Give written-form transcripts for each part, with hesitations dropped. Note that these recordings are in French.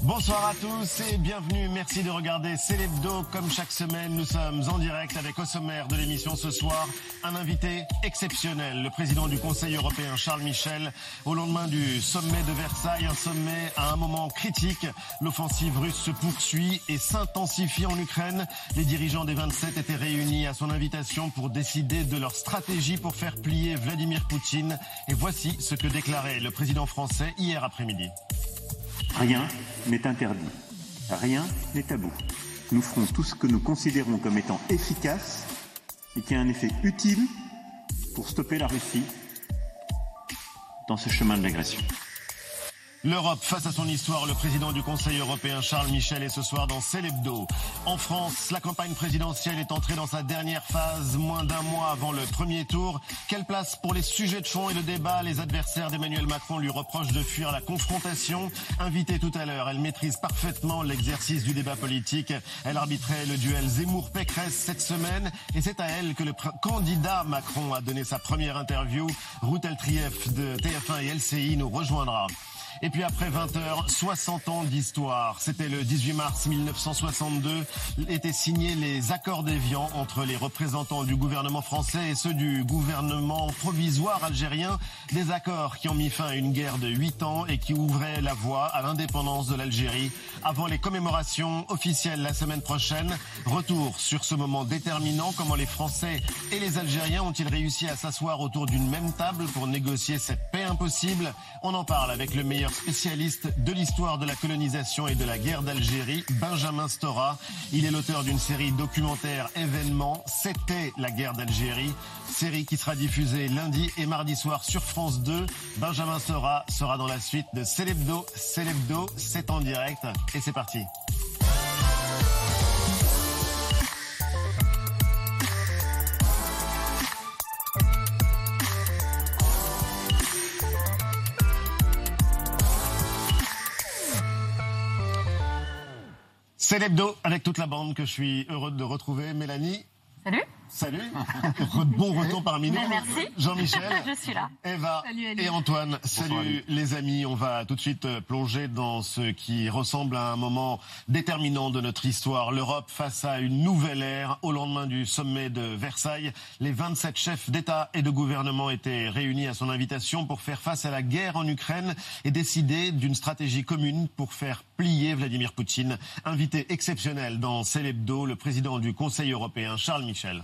Bonsoir à tous et bienvenue. Merci de regarder C'est l'Hebdo. Comme chaque semaine, nous sommes en direct avec au sommaire de l'émission ce soir un invité exceptionnel, le président du Conseil européen Charles Michel. Au lendemain du sommet de Versailles, un sommet à un moment critique. L'offensive russe se poursuit et s'intensifie en Ukraine. Les dirigeants des 27 étaient réunis à son invitation pour décider de leur stratégie pour faire plier Vladimir Poutine. Et voici ce que déclarait le président français hier après-midi. Rien n'est interdit, rien n'est tabou. Nous ferons tout ce que nous considérons comme étant efficace et qui a un effet utile pour stopper la Russie dans ce chemin de l'agression. L'Europe face à son histoire, le président du Conseil européen Charles Michel est ce soir dans C'est l'Hebdo. En France, la campagne présidentielle est entrée dans sa dernière phase, moins d'un mois avant le premier tour. Quelle place pour les sujets de fond et le débat? Les adversaires d'Emmanuel Macron lui reprochent de fuir la confrontation. Invitée tout à l'heure, elle maîtrise parfaitement l'exercice du débat politique. Elle arbitrait le duel Zemmour-Pécresse cette semaine et c'est à elle que le candidat Macron a donné sa première interview. Ruth Eltrief de TF1 et LCI nous rejoindra. Et puis après 20h, 60 ans d'histoire. C'était le 18 mars 1962. Étaient signés les accords d'Évian entre les représentants du gouvernement français et ceux du gouvernement provisoire algérien. Des accords qui ont mis fin à une guerre de 8 ans et qui ouvraient la voie à l'indépendance de l'Algérie. Avant les commémorations officielles la semaine prochaine, retour sur ce moment déterminant. Comment les Français et les Algériens ont-ils réussi à s'asseoir autour d'une même table pour négocier cette paix impossible? On en parle avec le meilleur spécialiste de l'histoire de la colonisation et de la guerre d'Algérie, Benjamin Stora. Il est l'auteur d'une série documentaire événement, C'était la guerre d'Algérie, série qui sera diffusée lundi et mardi soir sur France 2. Benjamin Stora sera dans la suite de C'est l'Hebdo. C'est l'Hebdo, c'est en direct et c'est parti. C'est l'Hebdo avec toute la bande que je suis heureux de retrouver. Mélanie. Salut. Salut. Bon retour parmi nous. Merci. Jean-Michel. Je suis là. Eva. Salut, et Antoine. Salut les amis. On va tout de suite plonger dans ce qui ressemble à un moment déterminant de notre histoire. L'Europe face à une nouvelle ère. Au lendemain du sommet de Versailles, les 27 chefs d'État et de gouvernement étaient réunis à son invitation pour faire face à la guerre en Ukraine et décider d'une stratégie commune pour faire plier Vladimir Poutine. Invité exceptionnel dans C'est l'Hebdo, le président du Conseil européen, Charles Michel.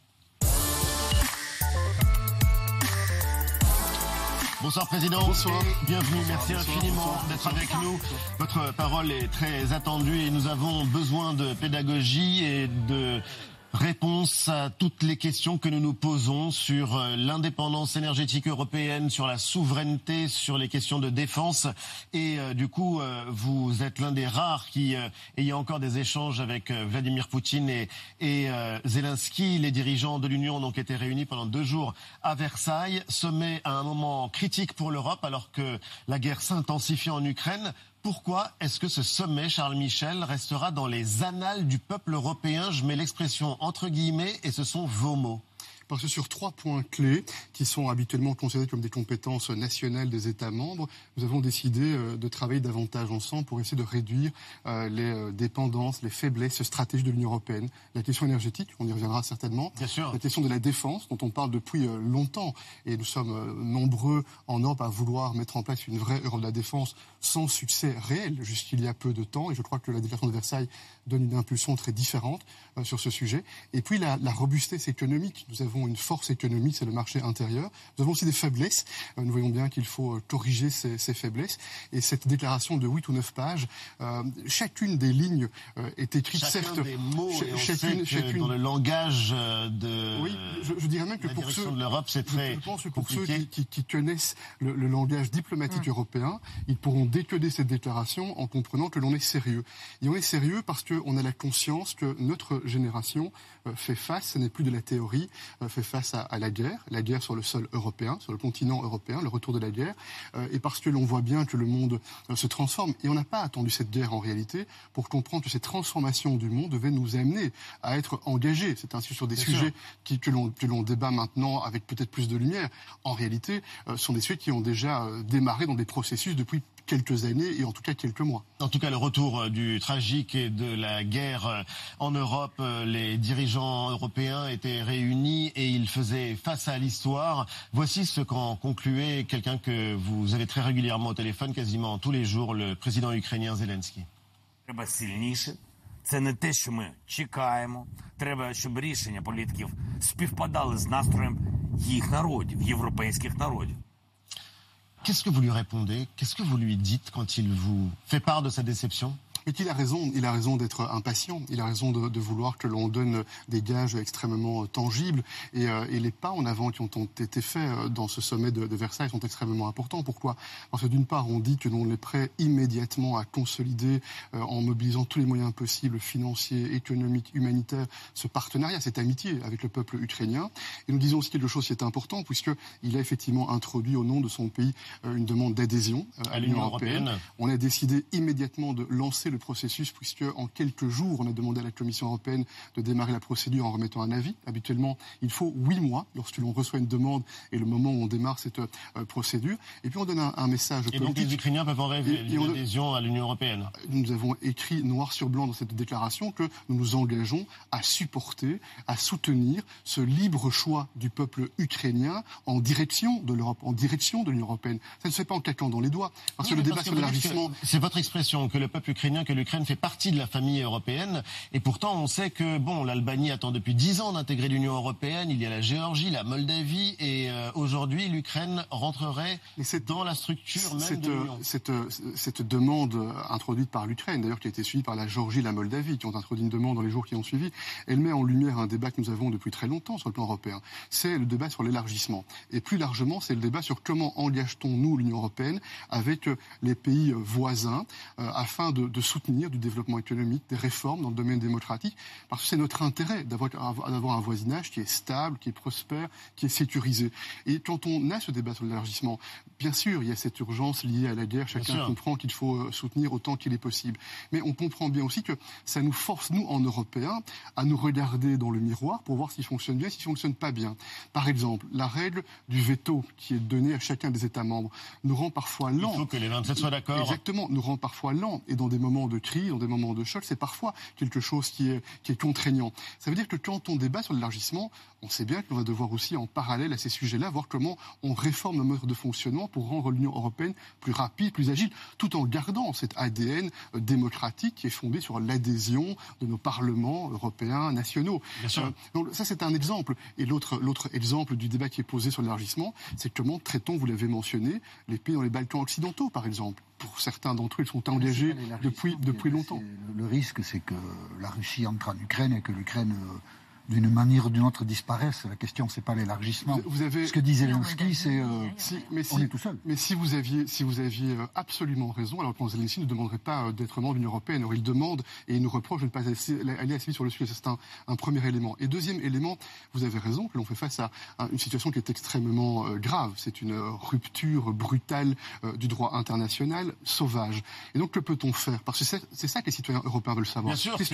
Bonsoir Président, bonsoir. Bienvenue, merci infiniment d'être avec nous. Votre parole est très attendue et nous avons besoin de pédagogie et de réponse à toutes les questions que nous nous posons sur l'indépendance énergétique européenne, sur la souveraineté, sur les questions de défense. Et du coup, vous êtes l'un des rares qui ayant encore des échanges avec Vladimir Poutine et Zelensky. Les dirigeants de l'Union ont donc été réunis pendant 2 jours à Versailles. Sommet à un moment critique pour l'Europe alors que la guerre s'intensifie en Ukraine. Pourquoi est-ce que ce sommet, Charles Michel, restera dans les annales du peuple européen? Je mets l'expression entre guillemets et ce sont vos mots. Parce que sur 3 points clés, qui sont habituellement considérés comme des compétences nationales des États membres, nous avons décidé de travailler davantage ensemble pour essayer de réduire les dépendances, les faiblesses stratégiques de l'Union européenne. La question énergétique, on y reviendra certainement. Bien sûr. La question de la défense, dont on parle depuis longtemps. Et nous sommes nombreux en Europe à vouloir mettre en place une vraie Europe de la défense sans succès réel jusqu'il y a peu de temps. Et je crois que la déclaration de Versailles donne une impulsion très différente sur ce sujet. Et puis la robustesse économique. Nous avons une force économique, c'est le marché intérieur. Nous avons aussi des faiblesses. Nous voyons bien qu'il faut corriger ces faiblesses. Et cette déclaration de 8 ou 9 pages, chacune des lignes est écrite, certes... des mots, chacune dans le langage de... Oui, je dirais même que pour ceux de l'Europe, c'est très je pense que pour compliqué. ceux qui connaissent le langage diplomatique européen, ils pourront décoder cette déclaration en comprenant que l'on est sérieux. Et on est sérieux parce qu'on a la conscience que notre génération fait face, ce n'est plus de la théorie, fait face à la guerre sur le sol européen, sur le continent européen, le retour de la guerre, et parce que l'on voit bien que le monde se transforme. Et on n'a pas attendu cette guerre en réalité pour comprendre que cette transformation du monde devait nous amener à être engagés. C'est ainsi sur des sujets que l'on débat maintenant avec peut-être plus de lumière. En réalité, ce sont des sujets qui ont déjà démarré dans des processus depuis quelques années et en tout cas quelques mois. En tout cas, le retour du tragique et de la guerre en Europe, les dirigeants européens étaient réunis et ils faisaient face à l'histoire. Voici ce qu'en concluait quelqu'un que vous avez très régulièrement au téléphone, quasiment tous les jours, le président ukrainien Zelensky. Треба сильніше. Це не те, що ми чекаємо. Треба, щоб рішення політиків співпадали з настроєм їх народів, європейських народів. Qu'est-ce que vous lui répondez? Qu'est-ce que vous lui dites quand il vous fait part de sa déception? Mais il a raison d'être impatient, il a raison de vouloir que l'on donne des gages extrêmement tangibles et les pas en avant qui ont été faits dans ce sommet de Versailles sont extrêmement importants. Pourquoi? Parce que d'une part on dit que l'on est prêt immédiatement à consolider en mobilisant tous les moyens possibles, financiers, économiques, humanitaires, ce partenariat, cette amitié avec le peuple ukrainien. Et nous disons aussi quelque chose qui est important puisqu'il a effectivement introduit au nom de son pays une demande d'adhésion à l'Union européenne. On a décidé immédiatement de lancer le processus puisque en quelques jours on a demandé à la Commission européenne de démarrer la procédure en remettant un avis. Habituellement il faut 8 mois lorsque l'on reçoit une demande et le moment où on démarre cette procédure. Et puis on donne un message politique. Et donc les Ukrainiens peuvent en rêver d'une adhésion à l'Union européenne. Nous avons écrit noir sur blanc dans cette déclaration que nous nous engageons à supporter, à soutenir ce libre choix du peuple ukrainien en direction de l'Europe, en direction de l'Union européenne. Ça ne se fait pas en claquant dans les doigts. Parce que le débat sur l'élargissement... C'est votre expression que le peuple ukrainien, que l'Ukraine fait partie de la famille européenne. Et pourtant, on sait que l'Albanie attend depuis 10 ans d'intégrer l'Union européenne. Il y a la Géorgie, la Moldavie. Et aujourd'hui, l'Ukraine rentrerait dans la structure même de l'Union. Cette demande introduite par l'Ukraine, d'ailleurs qui a été suivie par la Géorgie et la Moldavie, qui ont introduit une demande dans les jours qui ont suivi, elle met en lumière un débat que nous avons depuis très longtemps sur le plan européen. C'est le débat sur l'élargissement. Et plus largement, c'est le débat sur comment engage-t-on-nous, l'Union européenne, avec les pays voisins, afin de soutenir du développement économique, des réformes dans le domaine démocratique, parce que c'est notre intérêt d'avoir un voisinage qui est stable, qui est prospère, qui est sécurisé. Et quand on a ce débat sur l'élargissement, bien sûr, il y a cette urgence liée à la guerre, chacun comprend qu'il faut soutenir autant qu'il est possible. Mais on comprend bien aussi que ça nous force, nous, en Européens, à nous regarder dans le miroir pour voir s'il fonctionne bien, s'il ne fonctionne pas bien. Par exemple, la règle du veto qui est donnée à chacun des États membres nous rend parfois lents. Il faut que les 27 soient d'accord. Exactement, nous rend parfois lents. Et dans des moments de crise, dans des moments de choc, c'est parfois quelque chose qui est contraignant. Ça veut dire que quand on débat sur l'élargissement, on sait bien qu'on va devoir aussi, en parallèle à ces sujets-là, voir comment on réforme nos modes de fonctionnement pour rendre l'Union européenne plus rapide, plus agile, tout en gardant cet ADN démocratique qui est fondé sur l'adhésion de nos parlements européens, nationaux. Donc ça, c'est un exemple. Et l'autre exemple du débat qui est posé sur l'élargissement, c'est comment traitons, vous l'avez mentionné, les pays dans les Balkans occidentaux, par exemple. Pour certains d'entre eux, ils sont engagés depuis longtemps. Le risque, c'est que la Russie entre en Ukraine et que l'Ukraine, d'une manière ou d'une autre, disparaisse. La question, c'est pas l'élargissement. Ce que dit Zelensky, c'est on est tout seul. Mais si vous aviez absolument raison, alors que Zelensky ne demanderait pas d'être membre de l'Union européenne. Alors il demande et il nous reproche de ne pas aller assez vite sur le sujet. C'est un premier élément. Et deuxième élément, vous avez raison que l'on fait face à une situation qui est extrêmement grave. C'est une rupture brutale du droit international, sauvage. Et donc que peut-on faire? Parce que c'est ça que les citoyens européens veulent savoir. Qu'est-ce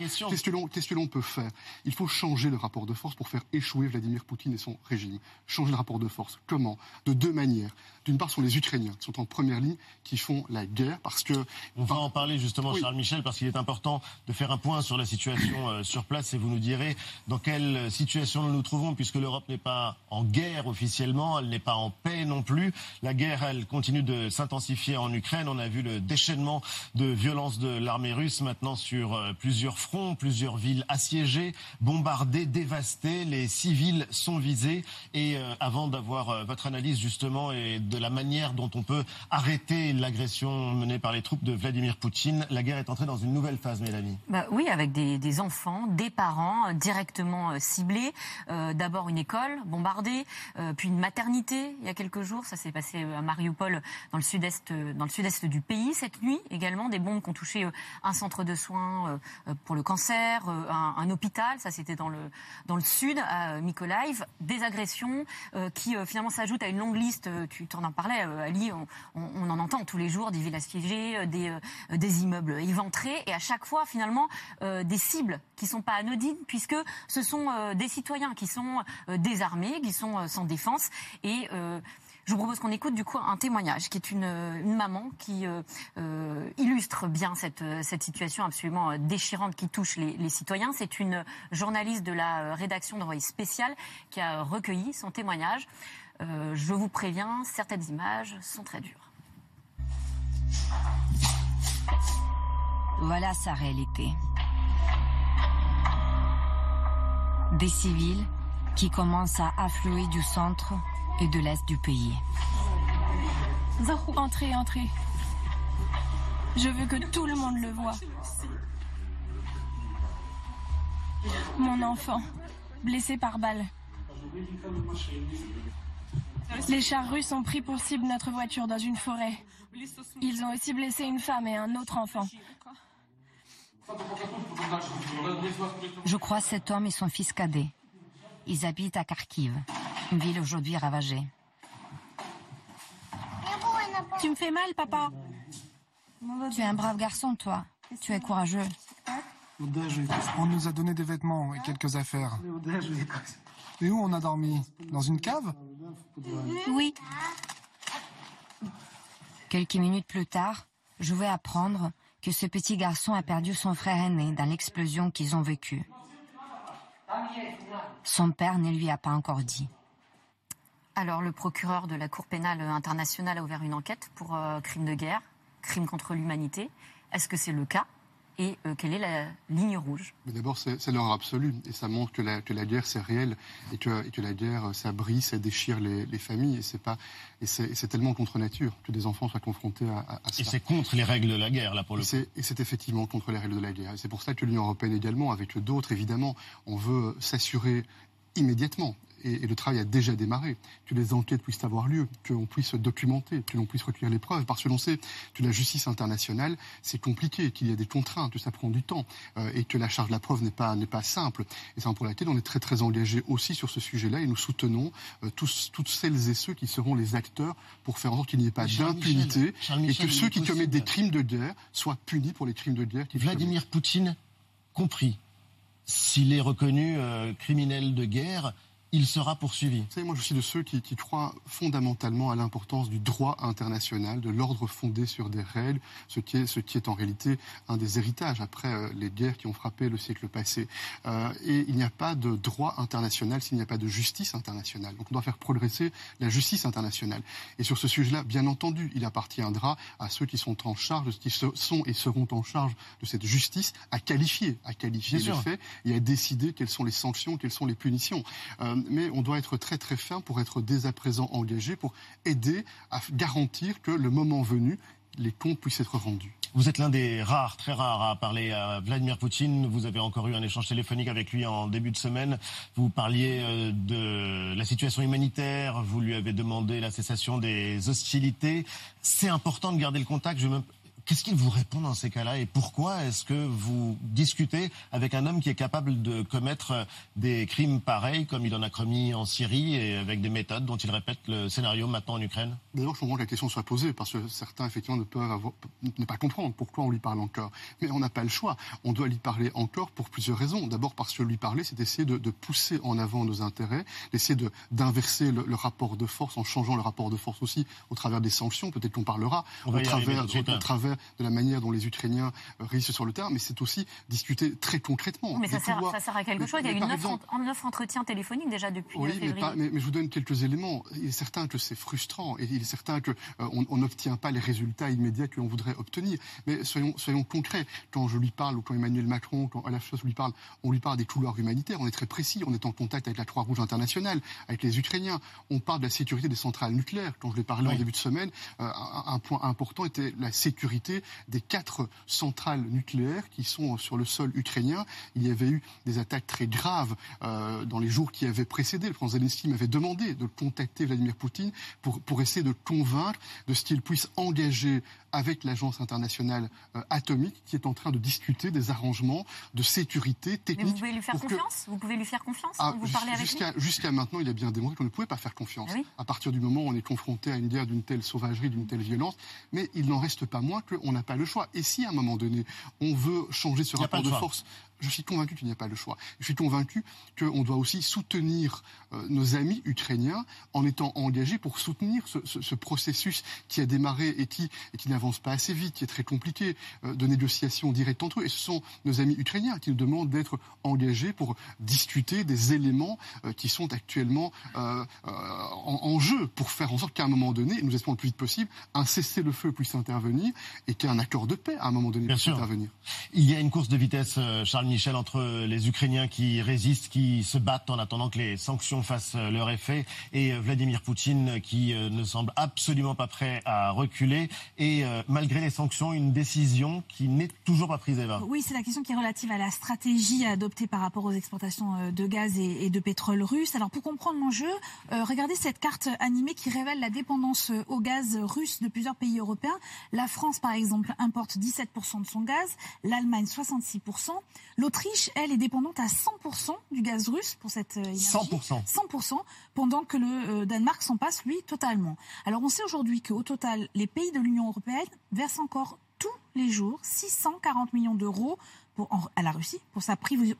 que l'on peut faire? Il faut changer le rapport de force pour faire échouer Vladimir Poutine et son régime. Changer le rapport de force. Comment? De deux manières. D'une part, ce sont les Ukrainiens qui sont en première ligne, qui font la guerre parce que... On va en parler justement, Charles Michel, parce qu'il est important de faire un point sur la situation sur place et vous nous direz dans quelle situation nous nous trouvons, puisque l'Europe n'est pas en guerre officiellement, elle n'est pas en paix non plus. La guerre, elle continue de s'intensifier en Ukraine. On a vu le déchaînement de violence de l'armée russe maintenant sur plusieurs fronts, plusieurs villes assiégées, bombardées, dévastées. Les civils sont visés. Et avant d'avoir votre analyse justement et de la manière dont on peut arrêter l'agression menée par les troupes de Vladimir Poutine, la guerre est entrée dans une nouvelle phase, Mélanie. Oui, avec des enfants, des parents directement ciblés. D'abord une école bombardée, puis une maternité il y a quelques jours. Ça s'est passé à Mariupol, dans le sud-est du pays. Cette nuit également, des bombes qui ont touché un centre de soins pour le cancer, un hôpital. Ça, c'était dans le sud, à Mykolaiv. Des agressions qui finalement s'ajoutent à une longue liste. Tu t'en parlais, Ali, on en entend tous les jours, des villes assiégées, des immeubles éventrés. Et à chaque fois, finalement, des cibles qui ne sont pas anodines, puisque ce sont des citoyens qui sont désarmés, qui sont sans défense. Et Je vous propose qu'on écoute du coup un témoignage qui est une maman qui illustre bien cette situation absolument déchirante qui touche les citoyens. C'est une journaliste de la rédaction d'Envoyé spécial qui a recueilli son témoignage. Je vous préviens, certaines images sont très dures. Voilà sa réalité. Des civils qui commencent à affluer du centre et de l'est du pays. Entrez, entrez. Je veux que tout le monde le voie. Mon enfant, blessé par balle. Les chars russes ont pris pour cible notre voiture dans une forêt. Ils ont aussi blessé une femme et un autre enfant. Je crois cet homme et son fils cadet. Ils habitent à Kharkiv, une ville aujourd'hui ravagée. Tu me fais mal, papa. Tu es un brave garçon, toi. Tu es courageux. On nous a donné des vêtements et quelques affaires. Et où on a dormi? Dans une cave? Oui. Quelques minutes plus tard, je vais apprendre que ce petit garçon a perdu son frère aîné dans l'explosion qu'ils ont vécue. Son père ne lui a pas encore dit. Alors, le procureur de la Cour pénale internationale a ouvert une enquête pour crime de guerre, crime contre l'humanité. Est-ce que c'est le cas? Et quelle est la ligne rouge? Mais d'abord, c'est l'horreur absolue. Et ça montre que la guerre, c'est réel. Et que la guerre, ça brise, ça déchire les familles. Et c'est tellement contre nature que des enfants soient confrontés à ça. Et c'est contre les règles de la guerre, là, pour le coup. Et c'est effectivement contre les règles de la guerre. Et c'est pour ça que l'Union européenne également, avec d'autres, évidemment, on veut s'assurer immédiatement. Et le travail a déjà démarré, que les enquêtes puissent avoir lieu, qu'on puisse documenter, que l'on puisse recueillir les preuves, parce que l'on sait que la justice internationale, c'est compliqué, qu'il y a des contraintes, que ça prend du temps, et que la charge de la preuve n'est pas simple. Et c'est pour laquelle on est très très engagé aussi sur ce sujet-là, et nous soutenons toutes celles et ceux qui seront les acteurs pour faire en sorte qu'il n'y ait pas d'impunité, et que ceux qui commettent des crimes de guerre soient punis pour les crimes de guerre qu'ils commettent. Vladimir Poutine compris. S'il est reconnu criminel de guerre, il sera poursuivi. Vous savez, moi je suis de ceux qui croient fondamentalement à l'importance du droit international, de l'ordre fondé sur des règles, ce qui est en réalité un des héritages après les guerres qui ont frappé le siècle passé. Et il n'y a pas de droit international s'il n'y a pas de justice internationale. Donc on doit faire progresser la justice internationale. Et sur ce sujet-là, bien entendu, il appartiendra à ceux qui sont en charge, qui sont et seront en charge de cette justice, à qualifier les faits et à décider quelles sont les sanctions, quelles sont les punitions. Mais on doit être très très ferme pour être dès à présent engagé, pour aider à garantir que le moment venu, les comptes puissent être rendus. Vous êtes l'un des rares, très rares, à parler à Vladimir Poutine. Vous avez encore eu un échange téléphonique avec lui en début de semaine. Vous parliez de la situation humanitaire, vous lui avez demandé la cessation des hostilités. C'est important de garder le contact. Qu'est-ce qu'il vous répond dans ces cas-là et pourquoi est-ce que vous discutez avec un homme qui est capable de commettre des crimes pareils comme il en a commis en Syrie et avec des méthodes dont il répète le scénario maintenant en Ukraine? D'abord, je comprends que la question soit posée parce que certains, effectivement, ne pas comprendre pourquoi on lui parle encore. Mais on n'a pas le choix. On doit lui parler encore pour plusieurs raisons. D'abord parce que lui parler, c'est essayer de pousser en avant nos intérêts, d'essayer d'inverser le rapport de force en changeant le rapport de force aussi au travers des sanctions. Peut-être qu'on parlera au travers de la manière dont les Ukrainiens réussissent sur le terrain, mais c'est aussi discuter très concrètement. Mais ça sert à quelque chose. Il y a eu 9 entretiens téléphoniques déjà depuis février. Mais je vous donne quelques éléments. Il est certain que c'est frustrant et il est certain qu'on n'obtient pas les résultats immédiats que l'on voudrait obtenir. Mais soyons concrets. Quand je lui parle ou quand Emmanuel Macron, quand Olaf Scholz lui parle, on lui parle des couloirs humanitaires. On est très précis. On est en contact avec la Croix-Rouge internationale, avec les Ukrainiens. On parle de la sécurité des centrales nucléaires. Quand je l'ai parlé en début de semaine, un point important était la sécurité des 4 centrales nucléaires qui sont sur le sol ukrainien. Il y avait eu des attaques très graves dans les jours qui avaient précédé. Le président Zelensky m'avait demandé de contacter Vladimir Poutine pour essayer de convaincre de ce qu'il puisse engager avec l'Agence internationale atomique qui est en train de discuter des arrangements de sécurité technique. Mais vous pouvez lui faire confiance? Vous pouvez lui faire confiance? Vous parlez avec lui? Jusqu'à maintenant, il a bien démontré qu'on ne pouvait pas faire confiance. Ah oui. À partir du moment où on est confronté à une guerre d'une telle sauvagerie, d'une telle violence, mais il n'en reste pas moins qu'on n'a pas le choix. Et si à un moment donné, on veut changer ce rapport de force je suis convaincu qu'il n'y a pas le choix. Je suis convaincu qu'on doit aussi soutenir nos amis ukrainiens en étant engagés pour soutenir ce processus qui a démarré et qui n'avance pas assez vite, qui est très compliqué, de négociations directes entre eux. Et ce sont nos amis ukrainiens qui nous demandent d'être engagés pour discuter des éléments qui sont actuellement en jeu, pour faire en sorte qu'à un moment donné, nous espérons le plus vite possible, un cessez-le-feu puisse intervenir et qu'un accord de paix, à un moment donné, puisse intervenir. Il y a une course de vitesse, Charles Michel, entre les Ukrainiens qui résistent, qui se battent en attendant que les sanctions fassent leur effet, et Vladimir Poutine qui ne semble absolument pas prêt à reculer. Et malgré les sanctions, une décision qui n'est toujours pas prise, Eva. Oui, c'est la question qui est relative à la stratégie adoptée par rapport aux exportations de gaz et de pétrole russe. Alors pour comprendre l'enjeu, regardez cette carte animée qui révèle la dépendance au gaz russe de plusieurs pays européens. La France, par exemple, importe 17% de son gaz, l'Allemagne 66%. L'Autriche, elle, est dépendante à 100% du gaz russe pour cette énergie. 100%, pendant que le Danemark s'en passe, lui, totalement. Alors on sait aujourd'hui qu'au total, les pays de l'Union européenne versent encore tous les jours 640 millions d'euros à la Russie pour s'approvisionner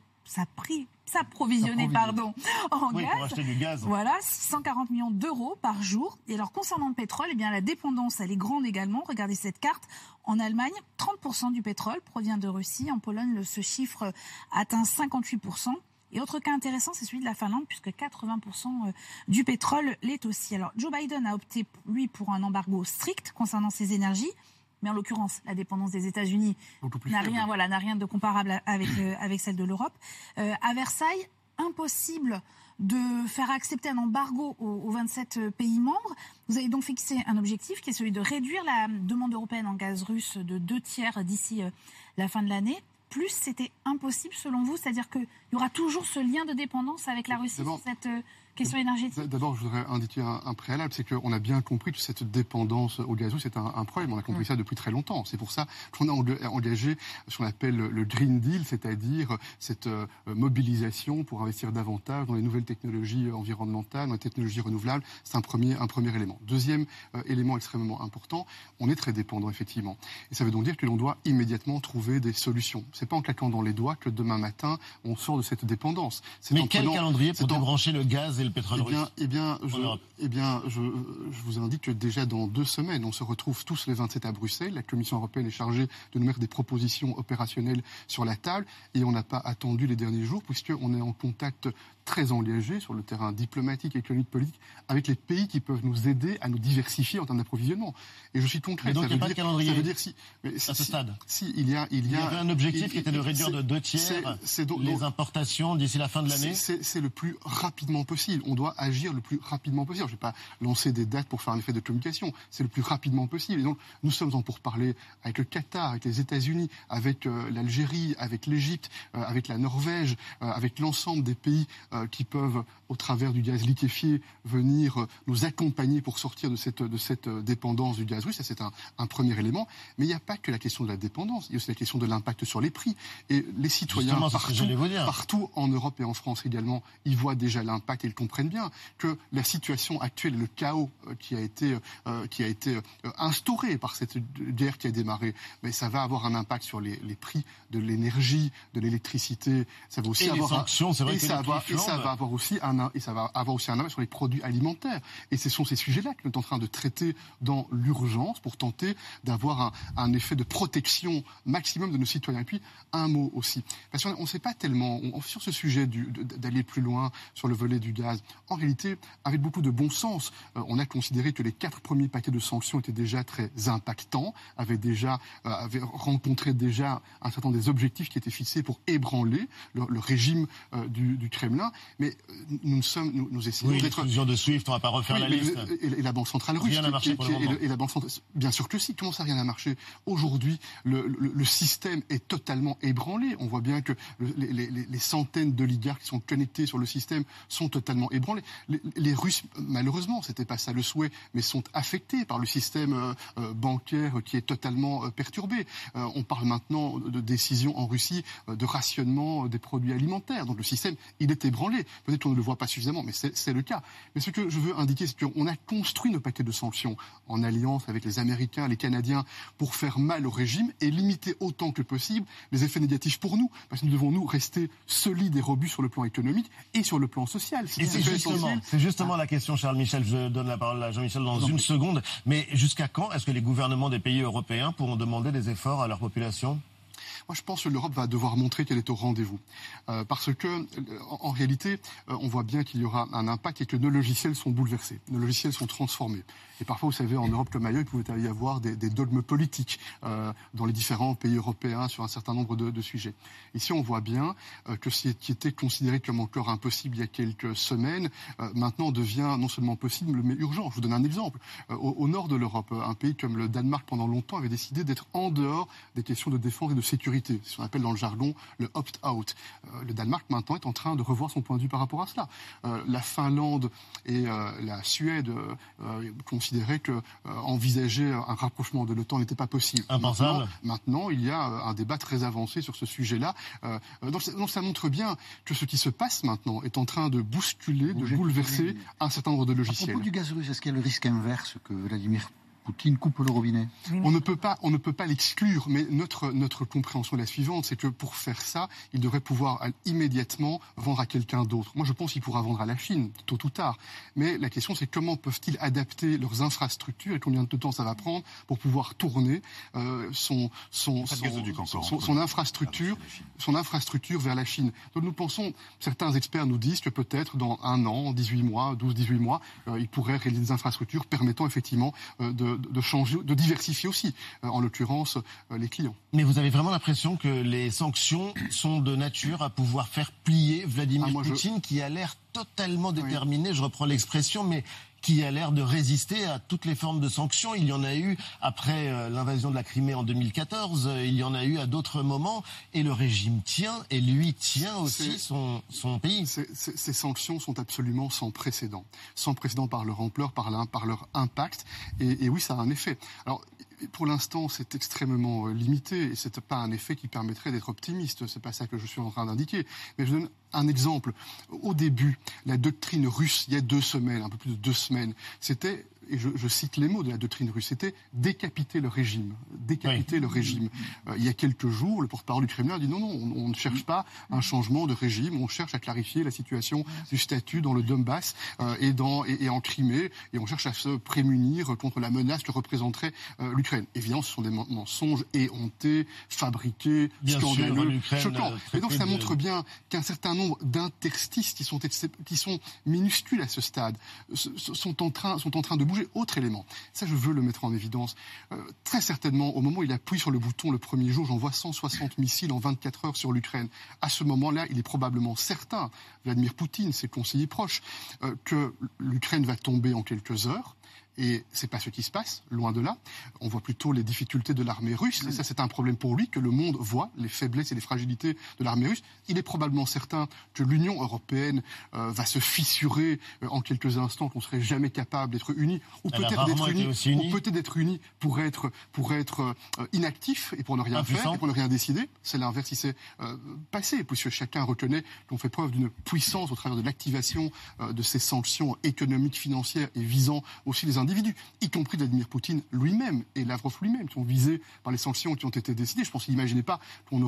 en gaz. Pour acheter du gaz. Voilà, 640 millions d'euros par jour. Et alors, concernant le pétrole, eh bien, la dépendance, elle est grande également. Regardez cette carte. En Allemagne, 30% du pétrole provient de Russie. En Pologne, ce chiffre atteint 58%. Et autre cas intéressant, c'est celui de la Finlande, puisque 80% du pétrole l'est aussi. Alors, Joe Biden a opté, lui, pour un embargo strict concernant ses énergies. Mais en l'occurrence, la dépendance des États-Unis n'a rien de comparable avec celle de l'Europe. À Versailles, impossible de faire accepter un embargo aux 27 pays membres. Vous avez donc fixé un objectif qui est celui de réduire la demande européenne en gaz russe de 2/3 d'ici la fin de l'année. Plus c'était impossible selon vous, c'est-à-dire qu'il y aura toujours ce lien de dépendance avec la Russie sur cette question énergétique. D'abord, je voudrais indiquer un préalable, c'est qu'on a bien compris que cette dépendance au gaz russe est un problème. On a compris ça depuis très longtemps. C'est pour ça qu'on a engagé ce qu'on appelle le Green Deal, c'est-à-dire cette mobilisation pour investir davantage dans les nouvelles technologies environnementales, dans les technologies renouvelables. C'est un premier élément. Deuxième élément extrêmement important, on est très dépendant, effectivement. Et ça veut donc dire que l'on doit immédiatement trouver des solutions. C'est pas en claquant dans les doigts que demain matin, on sort de cette dépendance. Mais quel calendrier pour débrancher le gaz et le pétrole russe? Je vous indique que déjà dans 2 semaines, on se retrouve tous les 27 à Bruxelles. La Commission européenne est chargée de nous mettre des propositions opérationnelles sur la table. Et on n'a pas attendu les derniers jours, puisqu'on est en contact très engagé sur le terrain diplomatique, économique, politique, avec les pays qui peuvent nous aider à nous diversifier en termes d'approvisionnement. Et je suis concret. Et donc il n'y a pas de calendrier à ce stade. Il y avait un objectif qui était de réduire de 2/3 les importations d'ici la fin de l'année. C'est le plus rapidement possible. On doit agir le plus rapidement possible. Je ne vais pas lancer des dates pour faire un effet de communication. C'est le plus rapidement possible. Et donc nous sommes en pourparlers avec le Qatar, avec les États-Unis, avec l'Algérie, avec l'Égypte, avec la Norvège, avec l'ensemble des pays qui peuvent, au travers du gaz liquéfié, venir nous accompagner pour sortir de cette dépendance du gaz russe. Ça, c'est un premier élément. Mais il n'y a pas que la question de la dépendance. Il y a aussi la question de l'impact sur les prix. Et les citoyens partout en Europe et en France également, ils voient déjà l'impact et ils comprennent bien que la situation actuelle, le chaos qui a été instauré par cette guerre qui a démarré, mais ça va avoir un impact sur les prix de l'énergie, de l'électricité. Ça va aussi avoir sanctions, c'est vrai que ça va avoir aussi un impact sur les produits alimentaires. Et ce sont ces sujets-là que nous sommes en train de traiter dans l'urgence pour tenter d'avoir un effet de protection maximum de nos citoyens. Et puis, un mot aussi. Parce qu'on ne sait pas tellement, sur ce sujet d'aller plus loin sur le volet du gaz, en réalité, avec beaucoup de bon sens, on a considéré que les 4 premiers paquets de sanctions étaient déjà très impactants, avaient rencontré déjà un certain nombre des objectifs qui étaient fixés pour ébranler le régime du Kremlin. Mais nous essayons d'être... l'exclusion de SWIFT, on ne va pas refaire la liste. Et la Banque centrale russe. Rien n'a marché pour le moment. Et la Banque centrale, bien sûr que si. Comment ça, rien n'a marché? Aujourd'hui, le système est totalement ébranlé. On voit bien que les centaines d'oligarques qui sont connectés sur le système sont totalement totalement ébranlé. Les Russes, malheureusement, c'était pas ça le souhait, mais sont affectés par le système bancaire qui est totalement perturbé. On parle maintenant de décisions en Russie de rationnement des produits alimentaires. Donc le système, il est ébranlé. Peut-être qu'on ne le voit pas suffisamment, mais c'est le cas. Mais ce que je veux indiquer, c'est qu'on a construit nos paquets de sanctions en alliance avec les Américains, les Canadiens, pour faire mal au régime et limiter autant que possible les effets négatifs pour nous. Parce que nous devons, nous, rester solides et robustes sur le plan économique et sur le plan social. Et c'est justement la question, Charles Michel. Je donne la parole à Jean-Michel dans une seconde. Mais jusqu'à quand est-ce que les gouvernements des pays européens pourront demander des efforts à leur population ? Moi, je pense que l'Europe va devoir montrer qu'elle est au rendez-vous. Parce que, en réalité, on voit bien qu'il y aura un impact et que nos logiciels sont bouleversés. Nos logiciels sont transformés. Et parfois, vous savez, en Europe comme ailleurs, il pouvait y avoir des dogmes politiques dans les différents pays européens sur un certain nombre de sujets. Ici, on voit bien que ce qui était considéré comme encore impossible il y a quelques semaines, maintenant devient non seulement possible, mais urgent. Je vous donne un exemple. Au nord de l'Europe, un pays comme le Danemark, pendant longtemps, avait décidé d'être en dehors des questions de défense et de sécurité. Ce qu'on appelle dans le jargon le opt-out. Le Danemark, maintenant, est en train de revoir son point de vue par rapport à cela. La Finlande et la Suède considéraient que envisager un rapprochement de l'OTAN n'était pas possible. Maintenant, il y a un débat très avancé sur ce sujet-là. Donc ça montre bien que ce qui se passe maintenant est en train de bousculer, de bouleverser un certain nombre de logiciels. À propos du gaz russe, est-ce qu'il y a le risque inverse que Vladimir Poutine coupe le robinet? On ne peut pas l'exclure, mais notre compréhension est la suivante, c'est que pour faire ça, il devrait pouvoir immédiatement vendre à quelqu'un d'autre. Moi, je pense qu'il pourra vendre à la Chine, tôt ou tard. Mais la question, c'est comment peuvent-ils adapter leurs infrastructures et combien de temps ça va prendre pour pouvoir tourner son infrastructure vers la Chine. Donc nous pensons, certains experts nous disent que peut-être dans 1 an, 18 mois, 12-18 mois, ils pourraient réaliser des infrastructures permettant effectivement de changer, de diversifier aussi, en l'occurrence, les clients. Mais vous avez vraiment l'impression que les sanctions sont de nature à pouvoir faire plier Vladimir Poutine, qui a l'air totalement déterminé, je reprends l'expression, mais qui a l'air de résister à toutes les formes de sanctions. Il y en a eu après l'invasion de la Crimée en 2014, il y en a eu à d'autres moments, et le régime tient, et lui tient aussi son pays. Ces sanctions sont absolument sans précédent par leur ampleur, par leur impact, et oui, ça a un effet. Alors, pour l'instant, c'est extrêmement limité, et c'est pas un effet qui permettrait d'être optimiste, c'est pas ça que je suis en train d'indiquer. Mais je donne un exemple. Au début, la doctrine russe, il y a 2 semaines, un peu plus de 2 semaines, c'était, et je cite les mots de la doctrine russe, c'était décapiter le régime. Le régime. Il y a quelques jours, le porte-parole du Kremlin a dit non, on ne cherche pas un changement de régime, on cherche à clarifier la situation du statut dans le Donbass et en Crimée, et on cherche à se prémunir contre la menace que représenterait l'Ukraine. Évidemment, ce sont des mensonges éhontés, fabriqués, scandaleux, choquants. Et donc ça montre bien qu'un certain nombre d'interstices qui sont minuscules à ce stade sont en train de bouger. Autre élément, ça je veux le mettre en évidence, très certainement au moment où il appuie sur le bouton le premier jour, j'envoie 160 missiles en 24 heures sur l'Ukraine. À ce moment-là, il est probablement certain, Vladimir Poutine, ses conseillers proches, que l'Ukraine va tomber en quelques heures. Et c'est pas ce qui se passe, loin de là. On voit plutôt les difficultés de l'armée russe. Et ça, c'est un problème pour lui, que le monde voit les faiblesses et les fragilités de l'armée russe. Il est probablement certain que l'Union européenne va se fissurer en quelques instants, qu'on serait jamais capable d'être unis, ou peut-être d'être unis pour être inactif et pour ne rien faire, et pour ne rien décider. C'est l'inverse qui s'est passé, puisque chacun reconnaît qu'on fait preuve d'une puissance au travers de l'activation de ces sanctions économiques, financières et visant aussi les individus, y compris Vladimir Poutine lui-même et Lavrov lui-même, qui sont visés par les sanctions qui ont été décidées. Je pense qu'il n'imaginait pas qu'on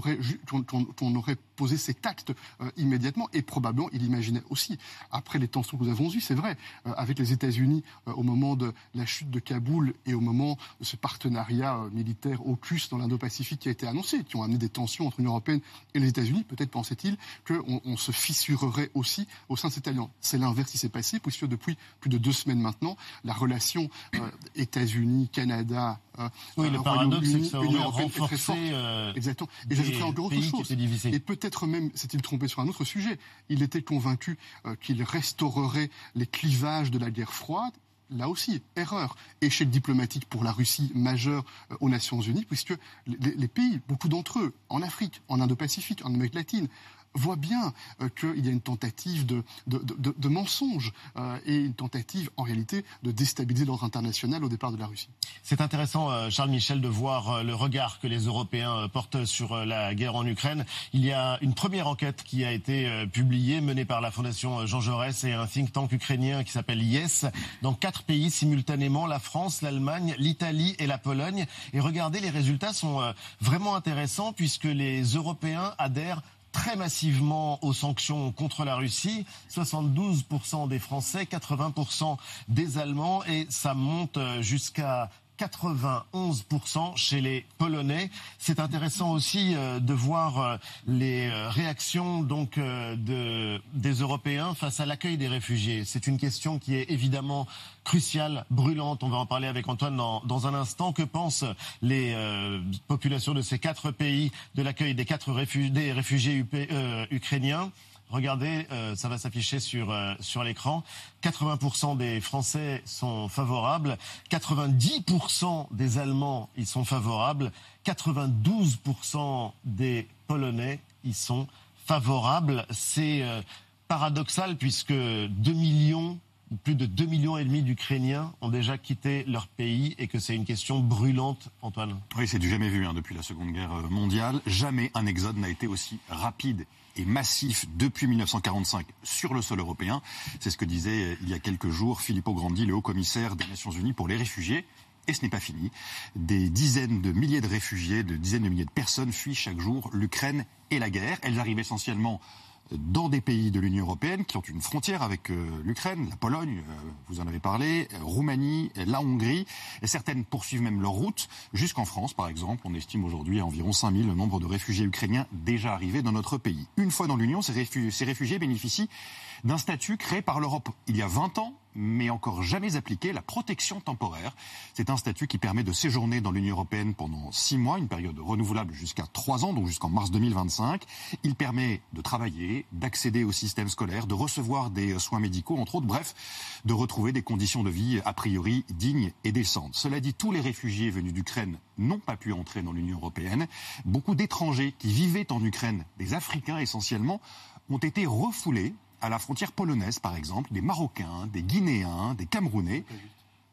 aurait posé cet acte immédiatement, et probablement il imaginait aussi, après les tensions que nous avons eues, c'est vrai, avec les États-Unis au moment de la chute de Kaboul et au moment de ce partenariat militaire AUKUS dans l'Indo-Pacifique qui a été annoncé, qui ont amené des tensions entre l'Union européenne et les États-Unis. Peut-être pensait-il qu'on se fissurerait aussi au sein de cette alliance. C'est l'inverse qui s'est passé, puisque depuis plus de 2 semaines maintenant, la relation États-Unis, Canada, le paradoxe, c'est que ça aurait renforcé exactement. Et j'ajouterais encore autre chose. Et peut-être même s'est-il trompé sur un autre sujet. Il était convaincu qu'il restaurerait les clivages de la guerre froide. Là aussi, erreur. Échec diplomatique pour la Russie majeur aux Nations Unies, puisque les pays, beaucoup d'entre eux, en Afrique, en Indo-Pacifique, en Amérique latine, voit bien qu'il y a une tentative de mensonge et une tentative, en réalité, de déstabiliser l'ordre international au départ de la Russie. C'est intéressant, Charles Michel, de voir le regard que les Européens portent sur la guerre en Ukraine. Il y a une première enquête qui a été publiée, menée par la Fondation Jean Jaurès et un think tank ukrainien qui s'appelle YES, dans 4 pays simultanément, la France, l'Allemagne, l'Italie et la Pologne. Et regardez, les résultats sont vraiment intéressants puisque les Européens adhèrent très massivement aux sanctions contre la Russie, 72% des Français, 80% des Allemands, et ça monte jusqu'à 91% chez les Polonais. C'est intéressant aussi de voir les réactions donc des Européens face à l'accueil des réfugiés. C'est une question qui est évidemment cruciale, brûlante. On va en parler avec Antoine dans un instant. Que pensent les populations de ces 4 pays de l'accueil des réfugiés ukrainiens? Regardez, ça va s'afficher sur l'écran. 80% des Français sont favorables, 90% des Allemands y sont favorables, 92% des Polonais y sont favorables. C'est paradoxal puisque 2 millions, plus de 2,5 millions d'Ukrainiens ont déjà quitté leur pays et que c'est une question brûlante, Antoine. Oui, c'est du jamais vu depuis la Seconde Guerre mondiale. Jamais un exode n'a été aussi rapide et massif depuis 1945 sur le sol européen. C'est ce que disait il y a quelques jours Filippo Grandi, le haut-commissaire des Nations Unies pour les réfugiés. Et ce n'est pas fini. Des dizaines de milliers de réfugiés, de dizaines de milliers de personnes fuient chaque jour l'Ukraine et la guerre. Elles arrivent essentiellement dans des pays de l'Union européenne qui ont une frontière avec l'Ukraine, la Pologne, vous en avez parlé, Roumanie, la Hongrie, et certaines poursuivent même leur route jusqu'en France, par exemple. On estime aujourd'hui à environ 5000 le nombre de réfugiés ukrainiens déjà arrivés dans notre pays. Une fois dans l'Union, ces réfugiés bénéficient d'un statut créé par l'Europe il y a 20 ans, mais encore jamais appliqué, la protection temporaire. C'est un statut qui permet de séjourner dans l'Union européenne pendant 6 mois, une période renouvelable jusqu'à 3 ans, donc jusqu'en mars 2025. Il permet de travailler, d'accéder au système scolaire, de recevoir des soins médicaux, entre autres, bref, de retrouver des conditions de vie a priori dignes et décentes. Cela dit, tous les réfugiés venus d'Ukraine n'ont pas pu entrer dans l'Union européenne. Beaucoup d'étrangers qui vivaient en Ukraine, des Africains essentiellement, ont été refoulés à la frontière polonaise, par exemple, des Marocains, des Guinéens, des Camerounais. Pourquoi ?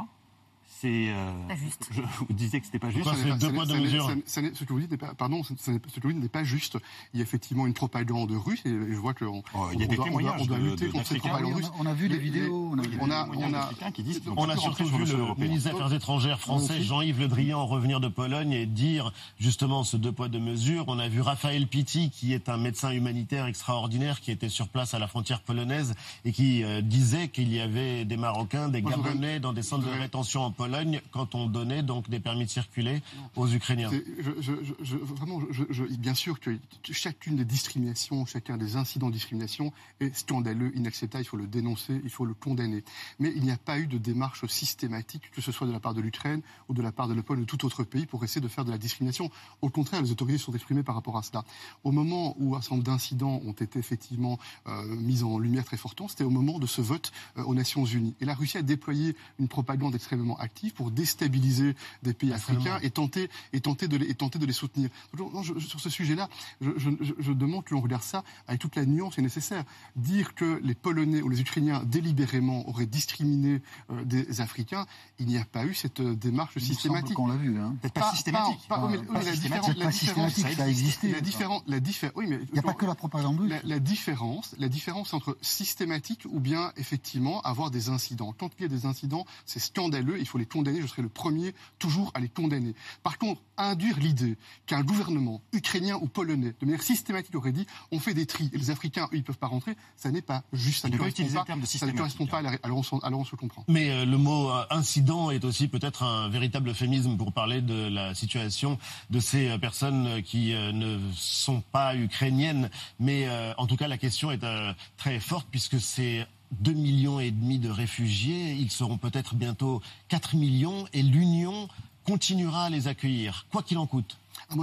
C'est pas juste. Je vous disais que c'était pas juste. C'est 2 poids 2 mesures. Ce que vous dites n'est pas, pardon, ce que vous dites n'est pas juste. Il y a effectivement une propagande russe et je vois qu'on il y a des témoignages on doit lutter contre cette propagande russe. On a vu des vidéos. On a surtout vu le ministre des Affaires étrangères français Jean-Yves Le Drian revenir de Pologne et dire justement ce 2 poids 2 mesures. On a vu Raphaël Pitti, qui est un médecin humanitaire extraordinaire, qui était sur place à la frontière polonaise et qui disait qu'il y avait des Marocains, des Gabonais dans des centres de rétention en Pologne quand on donnait donc des permis de circuler aux Ukrainiens. Bien sûr que chacune des discriminations, chacun des incidents de discrimination est scandaleux, inacceptable, il faut le dénoncer, il faut le condamner. Mais il n'y a pas eu de démarche systématique, que ce soit de la part de l'Ukraine ou de la part de la Pologne ou tout autre pays, pour essayer de faire de la discrimination. Au contraire, les autorités sont exprimées par rapport à cela. Au moment où un certain nombre d'incidents ont été effectivement mis en lumière très fortement, c'était au moment de ce vote aux Nations Unies. Et la Russie a déployé une propagande extrêmement active pour déstabiliser des pays africains et tenter de les soutenir. Sur ce sujet-là, je demande que l'on regarde ça avec toute la nuance qui est nécessaire. Dire que les Polonais ou les Ukrainiens délibérément auraient discriminé des Africains, il n'y a pas eu cette démarche systématique. On l'a vu. Peut-être pas systématique. Pas systématique, ça a existé. Oui, mais il n'y a pas que la propagande russe. La différence entre systématique ou bien effectivement avoir des incidents. Quand il y a des incidents, c'est scandaleux, il faut les condamner, je serai le premier toujours à les condamner. Par contre, induire l'idée qu'un gouvernement ukrainien ou polonais, de manière systématique, aurait dit on fait des tris et les Africains, eux, ils ne peuvent pas rentrer, ça n'est pas juste. Ça ne correspond pas alors on se comprend. Mais le mot incident est aussi peut-être un véritable euphémisme pour parler de la situation de ces personnes qui ne sont pas ukrainiennes. Mais en tout cas, la question est très forte puisque c'est 2,5 millions de réfugiés, ils seront peut-être bientôt 4 millions et l'Union continuera à les accueillir, quoi qu'il en coûte. Moi, je suis